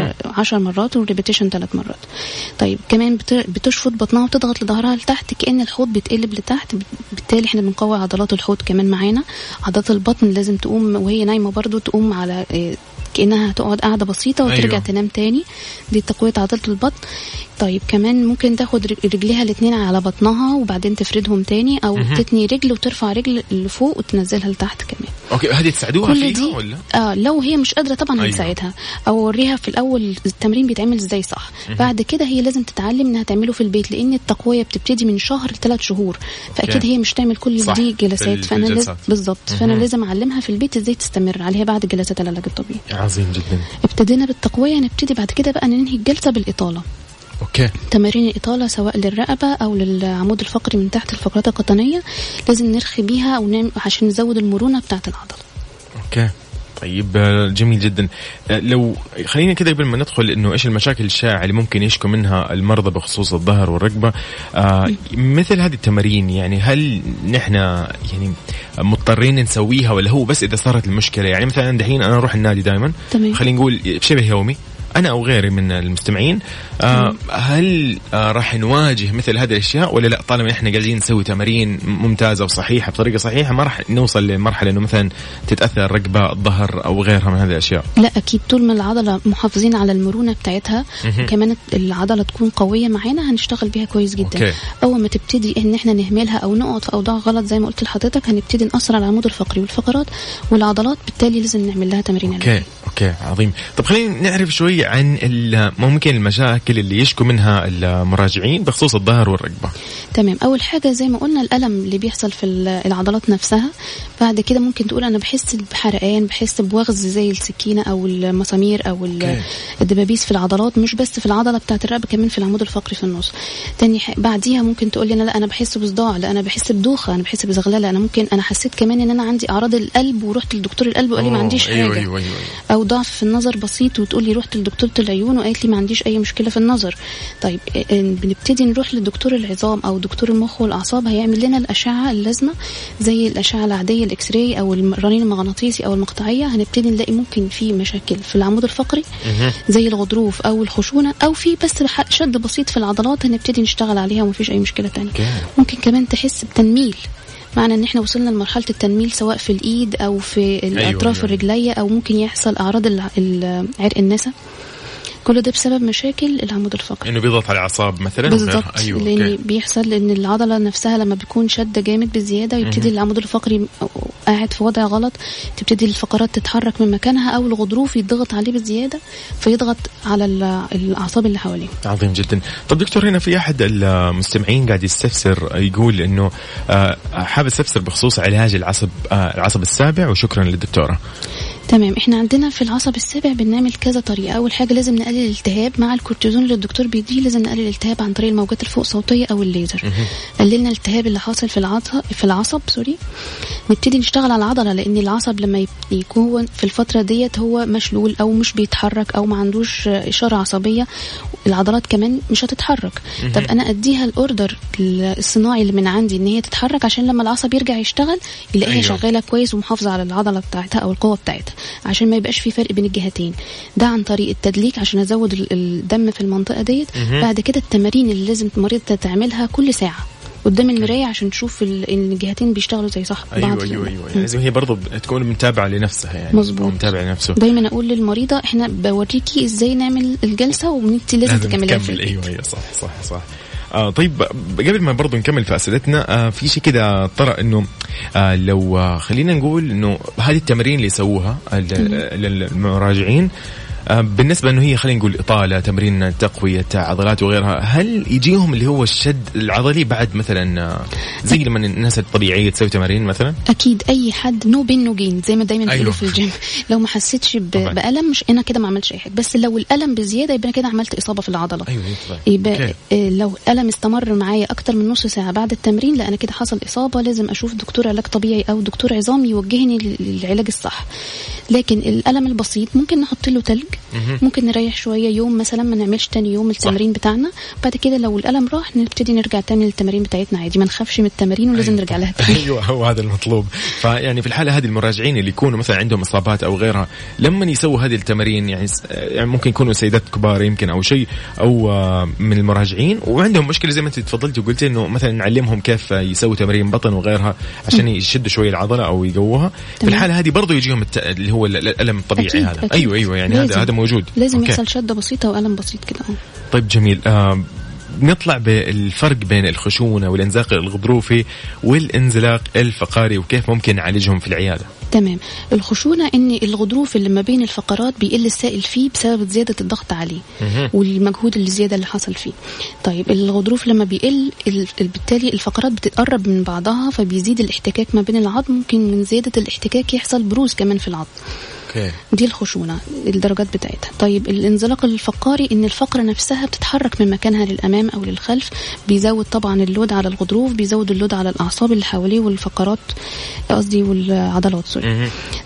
10 مرات، والريبيتيشن 3 مرات. طيب كمان بتشفط بطنها وتضغط لظهرها لتحت كأن الحوض بيتقلب لتحت، بالتالي احنا بنقوي عضلات الحوض كمان معانا. عضلات البطن لازم تقوم وهي نايمة، برضو تقوم على كأنها تقعد قاعدة بسيطة وترجع تنام تاني. دي تقوية عضلة البطن. طيب كمان ممكن تاخد رجليها الاثنين على بطنها وبعدين تفردهم تاني، او تتني رجل وترفع رجل لفوق وتنزلها لتحت كمان. اوكي، هذه تساعدوها فيها ولا؟ لو هي مش قادرة طبعا هنساعدها، او اوريها في الاول التمرين بيتعمل ازاي صح. بعد كده هي لازم تتعلم انها تعمله في البيت، لان التقوية بتبتدي من شهر ل3 شهور، فاكيد هي مش تعمل كل دي جلسات. فانا لازم بالضبط، فانا لازم اعلمها في البيت ازاي تستمر عليها بعد جلسات العلاج الطبيعي. عظيم جدا. ابتدينا بالتقوية، نبتدي بعد كده بقى ننهي الجلسة بالإطالة. اوكي. تمارين الإطالة سواء للرقبة او للعمود الفقري من تحت الفقرات القطنية، لازم نرخي بيها او عشان نزود المرونة بتاعة العضلة. اوكي. طيب جميل جدا. لو خلينا كده قبل ما ندخل انه ايش المشاكل الشائعه اللي ممكن يشكو منها المرضى بخصوص الظهر والركبه، مثل هذه التمارين يعني هل نحن يعني مضطرين نسويها ولا هو بس اذا صارت المشكله؟ يعني مثلا دحين انا اروح النادي دائما، خلينا نقول شبه يومي أنا أو غيري من المستمعين، هل راح نواجه مثل هذه الأشياء ولا لا؟ طالما إحنا قاعدين نسوي تمارين ممتازة وصحيحة بطريقة صحيحة ما راح نوصل لمرحلة إنه مثلا تتأثر الركبة الظهر أو غيرها من هذه الأشياء. لا أكيد، طول ما العضلة محافظين على المرونة بتاعتها وكمان العضلة تكون قوية معانا هنشتغل بيها كويس جدا. أول ما تبتدي إن إحنا نهملها أو نقعد في أوضاع غلط زي ما قلت لحضرتك هنبتدي نأثر على العمود الفقري والفقرات والعضلات، بالتالي لازم نعمل لها تمارين. أوكي عظيم. طب خلينا نعرف شوي عن ممكن المشاكل اللي يشكو منها المراجعين بخصوص الظهر والركبة. تمام. أول حاجة زي ما قلنا الألم اللي بيحصل في العضلات نفسها. بعد كده ممكن تقول أنا بحس بحرقان، بحس بوغز زي السكينة أو المسامير أو الدبابيس في العضلات، مش بس في العضلة بتاعة الرقبة كمان في العمود الفقري في النص. تاني بعديها ممكن تقول لي أنا بحس بصداع، لا أنا بحس بدوخة، أنا بحس بزغللة، أنا حسيت كمان إن أنا عندي أعراض القلب ورحت لدكتور القلب وقال لي ما عنديش حاجة. أيوة. أو ضعف في النظر بسيط وتقول لي رحت لدكتورة العيون وقالت لي ما عنديش أي مشكلة في النظر. طيب بنبتدي نروح لدكتور العظام أو دكتور المخ والأعصاب، هيعمل لنا الأشعة اللازمة زي الأشعة العادية الإكس راي أو الرنين المغناطيسي أو المقطعية. هنبتدي نلاقي ممكن في مشاكل في العمود الفقري زي الغضروف أو الخشونة أو في بس شد بسيط في العضلات، هنبتدي نشتغل عليها ومفيش أي مشكلة تانية. ممكن كمان تحس بتنميل، معنى ان احنا وصلنا لمرحلة التنميل سواء في الايد او في الاطراف الرجلية، او ممكن يحصل اعراض عرق النسا. كل ده بسبب مشاكل العمود الفقري، انه بيضغط على الاعصاب مثلا. بالضبط. لان بيحصل ان العضله نفسها لما بيكون شد جامد بزياده يبتدي العمود الفقري قاعد في وضع غلط، تبتدي الفقرات تتحرك من مكانها او الغضروف يضغط عليه بزياده فيضغط على الاعصاب اللي حواليه. عظيم جدا. طب دكتور، هنا في احد المستمعين قاعد يستفسر يقول انه حابب يستفسر بخصوص علاج العصب السابع، وشكرا للدكتوره. تمام. احنا عندنا في العصب السابع بنعمل كذا طريقه. اول حاجه لازم نقلل الالتهاب مع الكورتيزون اللي الدكتور بيديه، لازم نقلل الالتهاب عن طريق الموجات الفوق صوتيه او الليزر. قللنا الالتهاب اللي حاصل في العصب نبتدي نشتغل على العضله، لان العصب لما يكون في الفتره ديت هو مشلول او مش بيتحرك او ما عندوش اشاره عصبيه، العضلات كمان مش هتتحرك. طب انا اديها الاوردر الصناعي اللي من عندي ان هي تتحرك عشان لما العصب يرجع يشتغل يلاقيها شغاله كويس ومحافظه على العضله بتاعتها او القوه بتاعتها، عشان ما يبقاش في فرق بين الجهتين. ده عن طريق التدليك عشان ازود الدم في المنطقه ديت. بعد كده التمارين اللي لازم المريضه تعملها كل ساعه قدام المرايه عشان تشوف ان الجهتين بيشتغلوا زي صح بعض. ايوه لازم هي برضو تكون متابعه لنفسها، يعني مظبوط، متابعه لنفسه. دايما اقول للمريضه احنا بوريكي ازاي نعمل الجلسه وانت لازم تكمليها. ايوه صح. طيب قبل ما برضو نكمل في أسئلتنا، في شيء كده طرأ إنه لو خلينا نقول إنه هذه التمارين اللي يسووها للمراجعين بالنسبة إنه هي خلينا نقول إطالة، تمرين تقوية عضلات وغيرها، هل يجيهم اللي هو الشد العضلي بعد مثلا زي لما الناس الطبيعية تسوي تمارين مثلا؟ أكيد أي حد نو بين نو جين زي ما دايما بيقولوا في الجيم. لو ما حسيتش بألم مش أنا كده ما عملتش أي حاجة، بس لو الألم بزيادة يبقى أنا كده عملت إصابة في العضلة. يبقى لو الألم استمر معايا أكتر من نص ساعة بعد التمرين، لا أنا كده حصل إصابة، لازم أشوف دكتور علاج طبيعي أو دكتور عظام يوجهني للعلاج الصح. لكن الألم البسيط ممكن نحط له تلج، ممكن نريح شوية يوم مثلا، ما نعملش تاني يوم التمرين بتاعنا. بعد كده لو الألم راح نبتدي نرجع تاني للتمارين بتاعتنا عادي، ما نخافش من التمارين ولازم نرجع لها تاني. أيوة هو هذا المطلوب. فيعني في الحالة هذه المراجعين اللي يكونوا مثلا عندهم إصابات أو غيرها لما يسووا هذه التمارين، يعني ممكن يكونوا سيدات كبار يمكن أو شيء أو من المراجعين وعندهم مشكلة زي ما أنت تفضلت وقلت إنه مثلا نعلمهم كيف يسووا تمارين بطن وغيرها عشان يشدوا شوية العضلة أو يقووها. في الحالة هذه برضو يجيهم اللي هو الألم الطبيعي. أكيد هذا. أكيد. أيوة يعني هذا موجود. لازم يحصل شدة بسيطة وألم بسيط كده. طيب جميل. نطلع بالفرق بين الخشونة والانزلاق الغضروفي والانزلاق الفقري وكيف ممكن نعالجهم في العيادة. تمام. الخشونة ان الغضروف اللي ما بين الفقرات بيقل السائل فيه بسبب زيادة الضغط عليه والمجهود الزيادة اللي حصل فيه. طيب الغضروف لما بيقل بالتالي الفقرات بتتقرب من بعضها فبيزيد الاحتكاك ما بين العظم، ممكن من زيادة الاحتكاك يحصل بروز كمان في العظم. دي الخشونة الدرجات بتاعتها. طيب الانزلاق الفقري ان الفقرة نفسها بتتحرك من مكانها للأمام أو للخلف، بيزود طبعا اللود على الغضروف، بيزود اللود على الأعصاب اللي حواليه والفقرات والعضلات.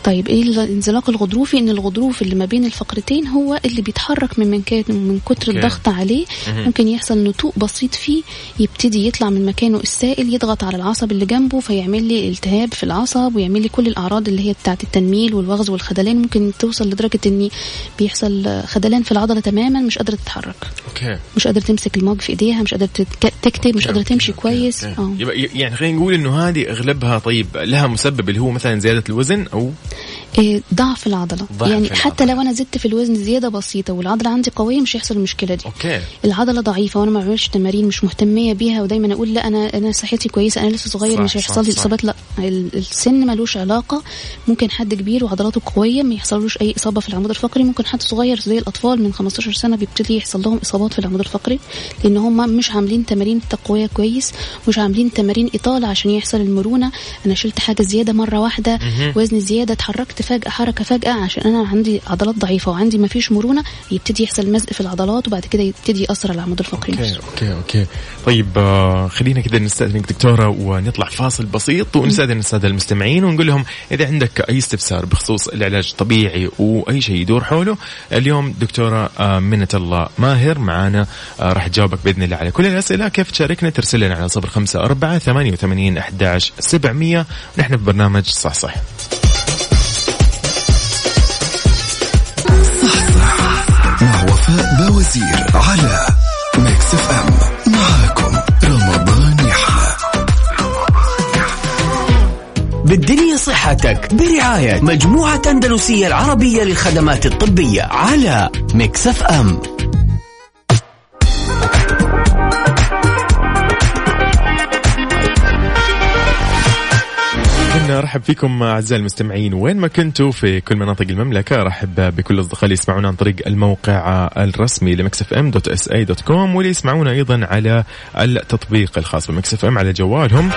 طيب ايه الانزلاق الغضروفي؟ ان الغضروف اللي ما بين الفقرتين هو اللي بيتحرك من كتر الضغط عليه. ممكن يحصل نتوء بسيط فيه، يبتدي يطلع من مكانه السائل، يضغط على العصب اللي جنبه فيعمل لي التهاب في العصب، ويعمل لي كل الاعراض اللي هي بتاعه التنميل والوغز والخدلان. ممكن توصل لدرجه ان بيحصل خدلان في العضله تماما، مش قادره تتحرك. مش قادره تمسك المج في ايديها، مش قادره تكتب، مش قادره تمشي كويس. يعني خلينا نقول انه هذه اغلبها طيب لها مسبب اللي هو مثلا زياده الوزن او ضعف العضله. يعني حتى لو انا زدت في الوزن زياده بسيطه والعضله عندي قويه مش هيحصل المشكله دي. العضله ضعيفه وانا ما بعملش تمارين، مش مهتميه بيها، ودايما اقول لا انا صحتي كويسه، انا لسه صغير، مش هيحصل لي اصابات. لا، السن ملوش علاقه. ممكن حد كبير وعضلاته قويه ما يحصلوش اي اصابه في العمود الفقري. ممكن حد صغير زي الاطفال من 15 سنه بيبتدي يحصل لهم اصابات في العمود الفقري، لان هم مش عاملين تمارين تقويه كويس، مش عاملين تمارين اطاله عشان يحصل المرونه. انا شلت حاجه زياده مره واحده، وزن زياده، اتحركت فجاه حركه فجاه عشان انا عندي عضلات ضعيفه وعندي ما فيش مرونه، يبتدي يحصل مزق في العضلات وبعد كده يبتدي ياثر على العمود الفقري. اوكي. طيب خلينا كده نستأذنك دكتوره ونطلع فاصل بسيط ونستأذن الساده المستمعين ونقول لهم اذا عندك اي استفسار بخصوص العلاج الطبيعي واي شيء يدور حوله اليوم دكتوره منة الله ماهر معانا راح تجاوبك باذن الله على كل الاسئله. كيف تشاركنا؟ ترسل لنا على 0548811700. ونحن في برنامج صح مع وفاء باوزير على ميكس اف ام. معاكم رمضان يحلى. بالدنيا صحتك برعاية مجموعة أندلسية العربية للخدمات الطبية على ميكس اف ام. ارحب فيكم اعزائي المستمعين وين ما كنتوا في كل مناطق المملكه. ارحب بكل اصدقائي اللي يسمعونا عن طريق الموقع الرسمي لمكسفm.sa.com واللي يسمعونا ايضا على التطبيق الخاص بمكسفم على جوالهم.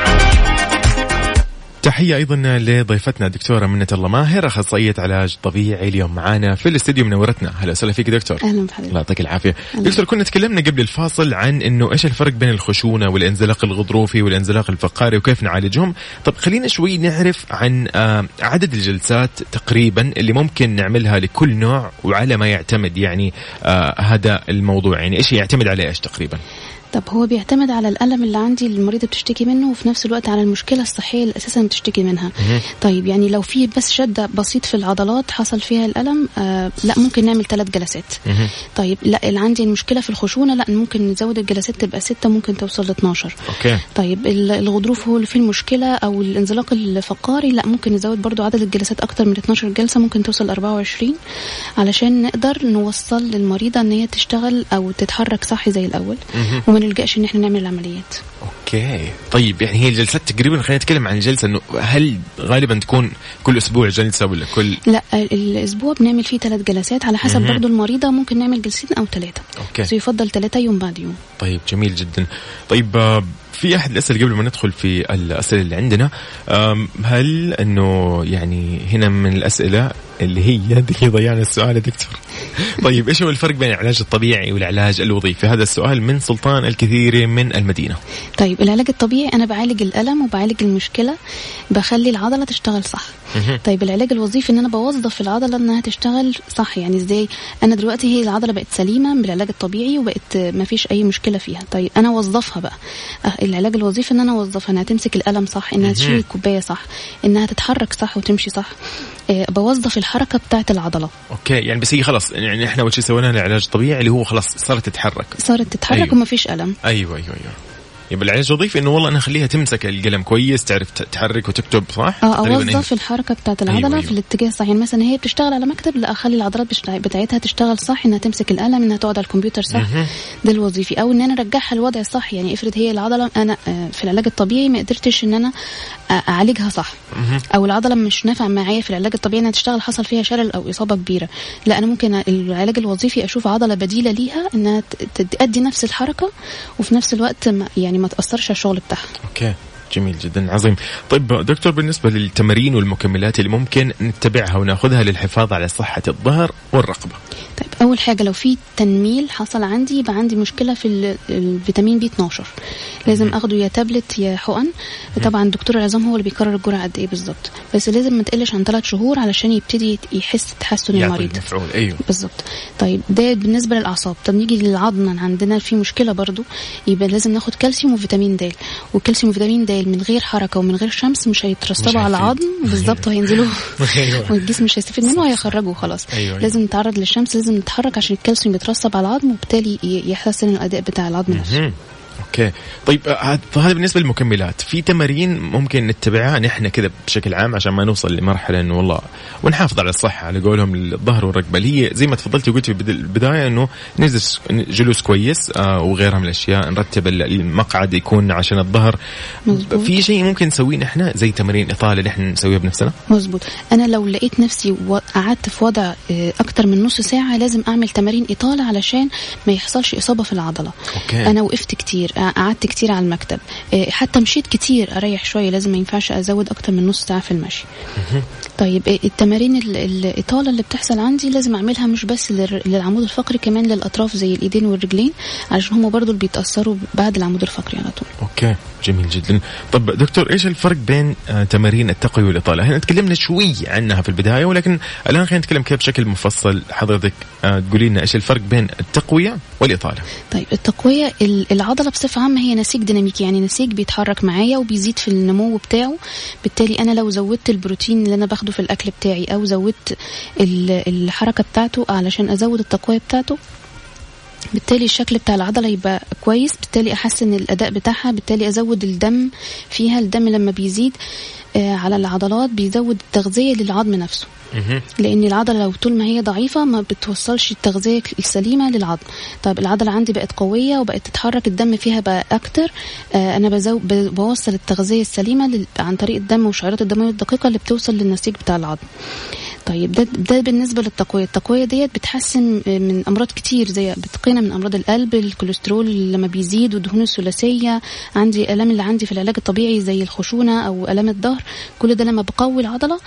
تحية أيضا لضيفتنا دكتورة منة الله ماهر، أخصائية علاج طبيعي، اليوم معانا في الاستديو منورتنا. هلا وسهلا فيك دكتور. أهلا بحضرتك. الله يعطيك العافية. دكتور كنا تكلمنا قبل الفاصل عن إنه إيش الفرق بين الخشونة والانزلاق الغضروفي والانزلاق الفقاري وكيف نعالجهم. طب خلينا شوي نعرف عن عدد الجلسات تقريبا اللي ممكن نعملها لكل نوع وعلى ما يعتمد يعني هذا الموضوع، يعني إيش يعتمد عليه إيش تقريبا؟ طب هو بيعتمد على الألم اللي عندي المريضة بتشتكي منه، وفي نفس الوقت على المشكلة الصحية اللي أساسا بتشتكي منها. طيب يعني لو في بس شدة بسيط في العضلات حصل فيها الألم، لا ممكن نعمل 3 جلسات. طيب لا اللي عندي المشكلة في الخشونة، لا ممكن نزود الجلسات تبقى 6، ممكن توصل ل 12. طيب الغضروف هو اللي فيه المشكلة أو الانزلاق الفقاري، لا ممكن نزود برضو عدد الجلسات أكتر من 12 جلسة، ممكن توصل ل 24 علشان نقدر نوصل للمريضة أن هي تشتغل أو تتحرك صح زي الأول وما نلجأش إن احنا نعمل العمليات. طيب يعني هي الجلسات تقريبا، خلينا نتكلم عن الجلسة إنه هل غالبا تكون كل أسبوع جلسة ولا كل؟ لا الأسبوع بنعمل فيه 3 جلسات على حسب برضو المريضة، ممكن نعمل جلسين أو 3. بس يفضل 3 يوم بعد يوم. طيب جميل جدا. طيب في أحد الأسئلة قبل ما ندخل في الأسئلة اللي عندنا، هل إنه يعني هنا من الأسئلة اللي هي دقيقة ضيعنا السؤال يا دكتور. طيب إيش هو الفرق بين العلاج الطبيعي والعلاج الوظيفي؟ هذا السؤال من سلطان الكثير من المدينة. طيب العلاج الطبيعي أنا بعالج الألم وبعالج المشكلة، بخلي العضلة تشتغل صح. طيب العلاج الوظيفي إن أنا بوظف العضلة إنها تشتغل صح. يعني إزاي؟ أنا دلوقتي هي العضلة بقت سليمة بالعلاج الطبيعي وبقت ما فيش أي مشكلة فيها. طيب أنا وظفها بقى. العلاج الوظيفي إن أنا وظفها إنها تمسك الألم صح، إنها تشيل الكوباية صح، إنها تتحرك صح وتمشي صح. بوظف الحركة بتاعت العضلة. يعني بس هي خلاص، يعني إحنا أول شيء سوينا العلاج الطبيعي اللي هو خلاص صارت تتحرك. أيوة. وما فيش ألم. أيوة. يبقى العلاج الوظيفي إنه والله أنا أخليها تمسك القلم كويس، تعرف تحرك وتكتب صح. أوظف الحركة بتاعت العضلة. أيوة. في الاتجاه الصح. يعني مثلا هي بتشتغل على مكتب، لا أخلي العضلات بتاعتها تشتغل صح، إنها تمسك القلم، إنها تقعد على الكمبيوتر صح. ده الوظيفي. أو إن أنا أرجعها الوضع صح. يعني افرض هي العضلة أنا في العلاج الطبيعي ما قدرتش إن أنا أعالجها صح، أو العضلة مش نافع معايا في العلاج الطبيعي إنها تشتغل، حصل فيها شلل أو إصابة كبيرة، لا أنا ممكن العلاج الوظيفي أشوف عضلة بديلة ليها إنها تأدي نفس الحركة وفي نفس الوقت يعني ما تأثرش على الشغل بتاعها. جميل جدا، عظيم. طيب دكتور، بالنسبة للتمارين والمكملات اللي ممكن نتبعها وناخذها للحفاظ على صحة الظهر والرقبة. طيب أول حاجة لو في تنميل حصل عندي يبقى عندي مشكلة في الفيتامين بي 12، لازم أخده يا تابلت يا حقن. طبعا دكتور العظام هو اللي بيقرر الجرعة قد إيه بالظبط، بس لازم ما تقلش عن 3 شهور علشان يبتدي يحس تحسن المريض. أيوه بالظبط. طيب ده بالنسبة للأعصاب. طب نيجي للعظم، عندنا في مشكلة برضو، يبقى لازم ناخد كالسيوم وفيتامين د. والكالسيوم وفيتامين د من غير حركة ومن غير شمس مش هيترسبوا على العظم بالظبط، وهينزلوا والجسم مش هيستفيد منه وهيخرجوا خلاص. لازم نتعرض للشمس، لازم نتحرك عشان الكالسيوم يترسب على العظم وبالتالي يحسن الأداء بتاع العظم نفسه. اوكي طيب، هذا بالنسبه للمكملات. في تمارين ممكن نتبعها نحن كذا بشكل عام عشان ما نوصل لمرحله انه والله ونحافظ على الصحه على قولهم الظهر والركبه، اللي هي زي ما تفضلتي وقلتي في البدايه انه نجلس جلوس كويس وغيرها من الاشياء، نرتب المقعد يكون عشان الظهر. مزبوط. في شيء ممكن نسويه نحن زي تمارين اطاله اللي احنا نسويها بنفسنا؟ مزبوط. انا لو لقيت نفسي وقعدت في وضع اكتر من نص ساعه لازم اعمل تمارين اطاله علشان ما يحصلش اصابه في العضله. أوكي. انا وقفت كتير، قعدت كتير على المكتب، حتى مشيت كتير، اريح شويه، لازم ما ينفعش ازود اكتر من نص ساعه في المشي. طيب التمارين الاطاله اللي بتحصل عندي لازم اعملها مش بس للعمود الفقري، كمان للاطراف زي الايدين والرجلين، عشان هم برضو اللي بيتاثروا بعد العمود الفقري على طول. اوكي جميل جدا. طب دكتور، ايش الفرق بين تمارين التقويه والاطاله؟ احنا تكلمنا شوي عنها في البدايه، ولكن الان خلينا نتكلم كيف بشكل مفصل. حضرتك تقولي لنا ايش الفرق بين التقويه والاطاله؟ طيب التقويه، العضله بصفه عامه هي نسيج ديناميكي، يعني نسيج بيتحرك معايا وبيزيد في النمو بتاعه. بالتالي انا لو زودت البروتين اللي انا باخده في الاكل بتاعي او زودت الحركه بتاعته علشان ازود التقويه بتاعته، بالتالي الشكل بتاع العضلة يبقى كويس، بالتالي أحسن الأداء بتاعها، بالتالي أزود الدم فيها. الدم لما بيزيد على العضلات بيزود التغذية للعظم نفسه، لأن العضلة لو طول ما هي ضعيفة ما بتوصلش التغذية السليمة للعظم. طيب العضلة عندي بقت قوية وبقت تتحرك، الدم فيها بقى أكتر، أنا بوصل التغذية السليمة عن طريق الدم والشعيرات الدموية الدقيقة اللي بتوصل للنسيج بتاع العظم. طيب ده بالنسبة للتقوية. التقوية ديت بتحسن من أمراض كتير، زي بتقينا من أمراض القلب، الكوليسترول لما بيزيد، والدهون الثلاثية، عندي ألم اللي عندي في العلاج الطبيعي زي الخشونة أو ألم الظهر، كل ده لما بقوي العضلة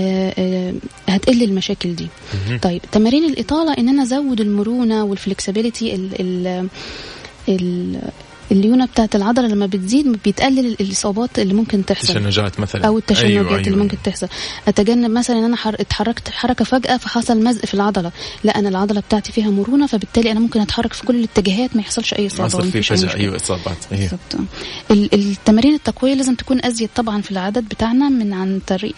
هتقل المشاكل دي. طيب تمارين الإطالة إن أنا أزود المرونة والفلكسبيليتي، الليونة بتاعت العضلة لما بتزيد بيتقلل الإصابات اللي ممكن تحصل، التشنجات مثلا أو التشنجات اللي ممكن تحصل. أتجنب مثلا أن أنا اتحركت حركة فجأة فحصل مزق في العضلة، لا أنا العضلة بتاعتي فيها مرونة، فبالتالي أنا ممكن أتحرك في كل الاتجاهات ما يحصلش أي إصابة. ما في فجأة إصابات. التمارين التقوية لازم تكون أزيد طبعا في العدد بتاعنا من عن طريق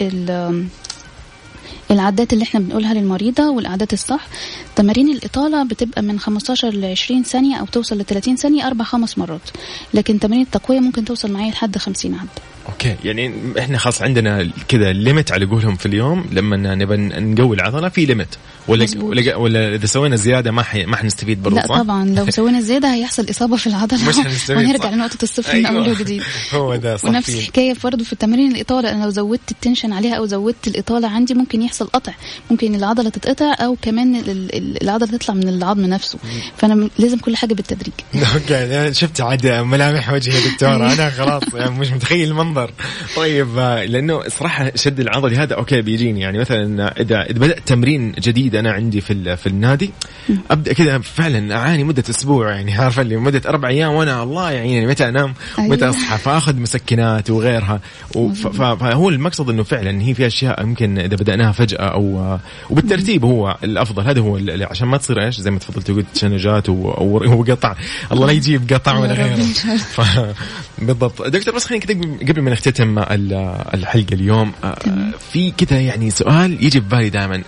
العدات اللي احنا بنقولها للمريضة والعدات الصح. تمارين الإطالة بتبقى من 15 ل 20 ثانية أو توصل ل 30 ثانية 4-5 مرات، لكن تمارين التقوية ممكن توصل معايا لحد 50 عد. اوكي، يعني احنا خاص عندنا كذا ليميت على قولهم في اليوم لما نبى نقوي العضله في ليميت، ولا اذا سوينا زياده ما حنستفيد برضه؟ لا طبعا لو سوينا زياده هيحصل اصابه في العضله ونرجع لنقطه الصفر من اول وجديد. هو ده صح. ونفس الحكايه برضه في التمارين الاطاله، انا لو زودت التنشن عليها او زودت الاطاله عندي ممكن يحصل قطع، ممكن العضله تتقطع او كمان العضله تطلع من العظم نفسه، فانا لازم كل حاجه بالتدريج. اوكي، انا شفت عاد ملامح وجهي دكتوره، انا خلاص يعني مش متخيل المنظر. طيب لانه صراحه شد العضلي هذا اوكي بيجيني، يعني مثلا اذا بدات تمرين جديد انا عندي في النادي، ابدا كذا فعلا اعاني مده اسبوع، يعني عارفه اللي مده 4 أيام وانا الله يعيني متى انام ومتى اصحى، فاخذ مسكنات وغيرها. فهو المقصد انه فعلا هي في اشياء يمكن اذا بداناها فجاه او وبالترتيب هو الافضل. هذا هو عشان ما تصير ايش زي ما تفضلت قلت تشنجات وقطع، الله لا يجيب قطع ولا غيره. بالضبط دكتور، بس خلينا كده قبل ما نختتم الحلقه اليوم، في كده يعني سؤال يجي ببالي دائما،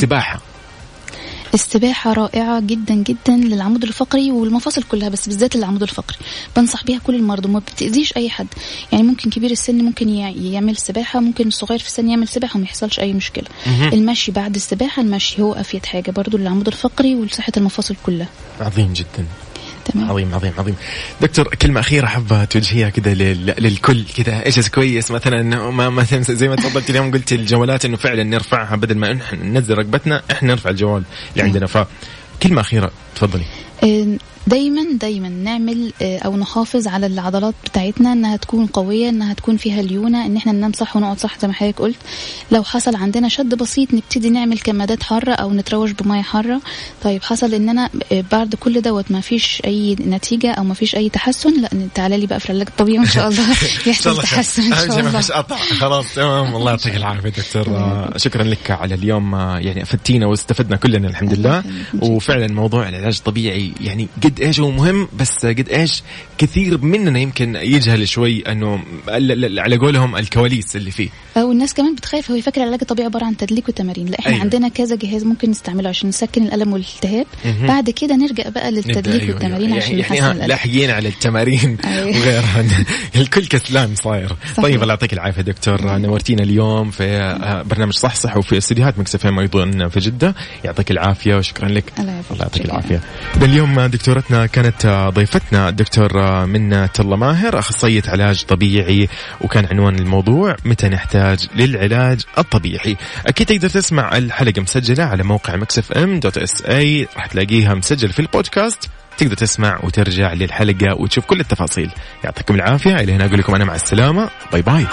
السباحة رائعة جدا جدا للعمود الفقري والمفاصل كلها، بس بالذات للعمود الفقري بنصح بيها كل المرضى، وما بتأذيش أي حد. يعني ممكن كبير السن ممكن يعمل سباحة، ممكن الصغير في السن يعمل سباحة وما يحصلش أي مشكلة. المشي بعد السباحة، المشي هو أفيد حاجة برضو للعمود الفقري ولصحة المفاصل كلها. عظيم جدا. تمام. عظيم عظيم عظيم. دكتور كلمة أخيرة حابة توجهيها كده للكل كده، إيش كويس مثلا ما زي ما تفضلت اليوم قلت الجوالات إنه فعلا نرفعها بدل ما ننزل رقبتنا إحنا نرفع الجوال اللي عندنا، فكلمة أخيرة تفضلي. دايما نعمل أو نحافظ على العضلات بتاعتنا إنها تكون قوية، إنها تكون فيها ليونة، إن إحنا ننام صح ونقعد صح زي ما حضرتك قلت. لو حصل عندنا شد بسيط نبتدي نعمل كمادات حارة أو نتروج بمية حارة. طيب حصل إن أنا بعد كل دوت ما فيش أي نتيجة أو ما فيش أي تحسن، لا تعالى لي بقى في العلاج الطبيعي وإن شاء الله يحصل تحسن إن شاء الله. ما فيش قطع خلاص تمام. الله يعطيك العافية دكتور، شكرا لك على اليوم، يعني أفدتينا واستفدنا كلنا الحمد لله. وفعلا موضوع العلاج الطبيعي يعني قد إيش هو مهم، بس قد إيش كثير مننا يمكن يجهل شوي أنه على قولهم الكواليس اللي فيه، أو الناس كمان بتخاف. هو يفكر العلاج الطبيعي عبارة عن تدليك وتمارين، لا إحنا عندنا كذا جهاز ممكن نستعمله عشان نسكن الألم والالتهاب. بعد كده نرجع بقى للتدليك والتمارين عشان نحسن الألم. لاحقين على التمارين وغيرها. الكل كسلان صاير. طيب الله يعطيك العافية دكتور، نورتينا اليوم في برنامج صح وفي استديوهات مكس اف ام أيضا في جدة. يعطيك العافية وشكرا لك. الله يعطيك العافية. اليوم دكتورتنا كانت ضيفتنا الدكتور منة الله ماهر، أخصائية علاج طبيعي، وكان عنوان الموضوع متى نحتاج للعلاج الطبيعي. أكيد تقدر تسمع الحلقة مسجلة على موقع mixfm.sa، راح تلاقيها مسجل في البودكاست، تقدر تسمع وترجع للحلقة وتشوف كل التفاصيل. يعطيكم العافية. إلى هنا أقول لكم أنا مع السلامة، باي باي.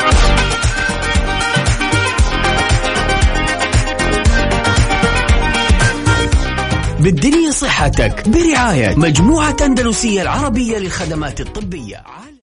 بالدنيا صحتك برعاية مجموعة أندلسية العربية للخدمات الطبية.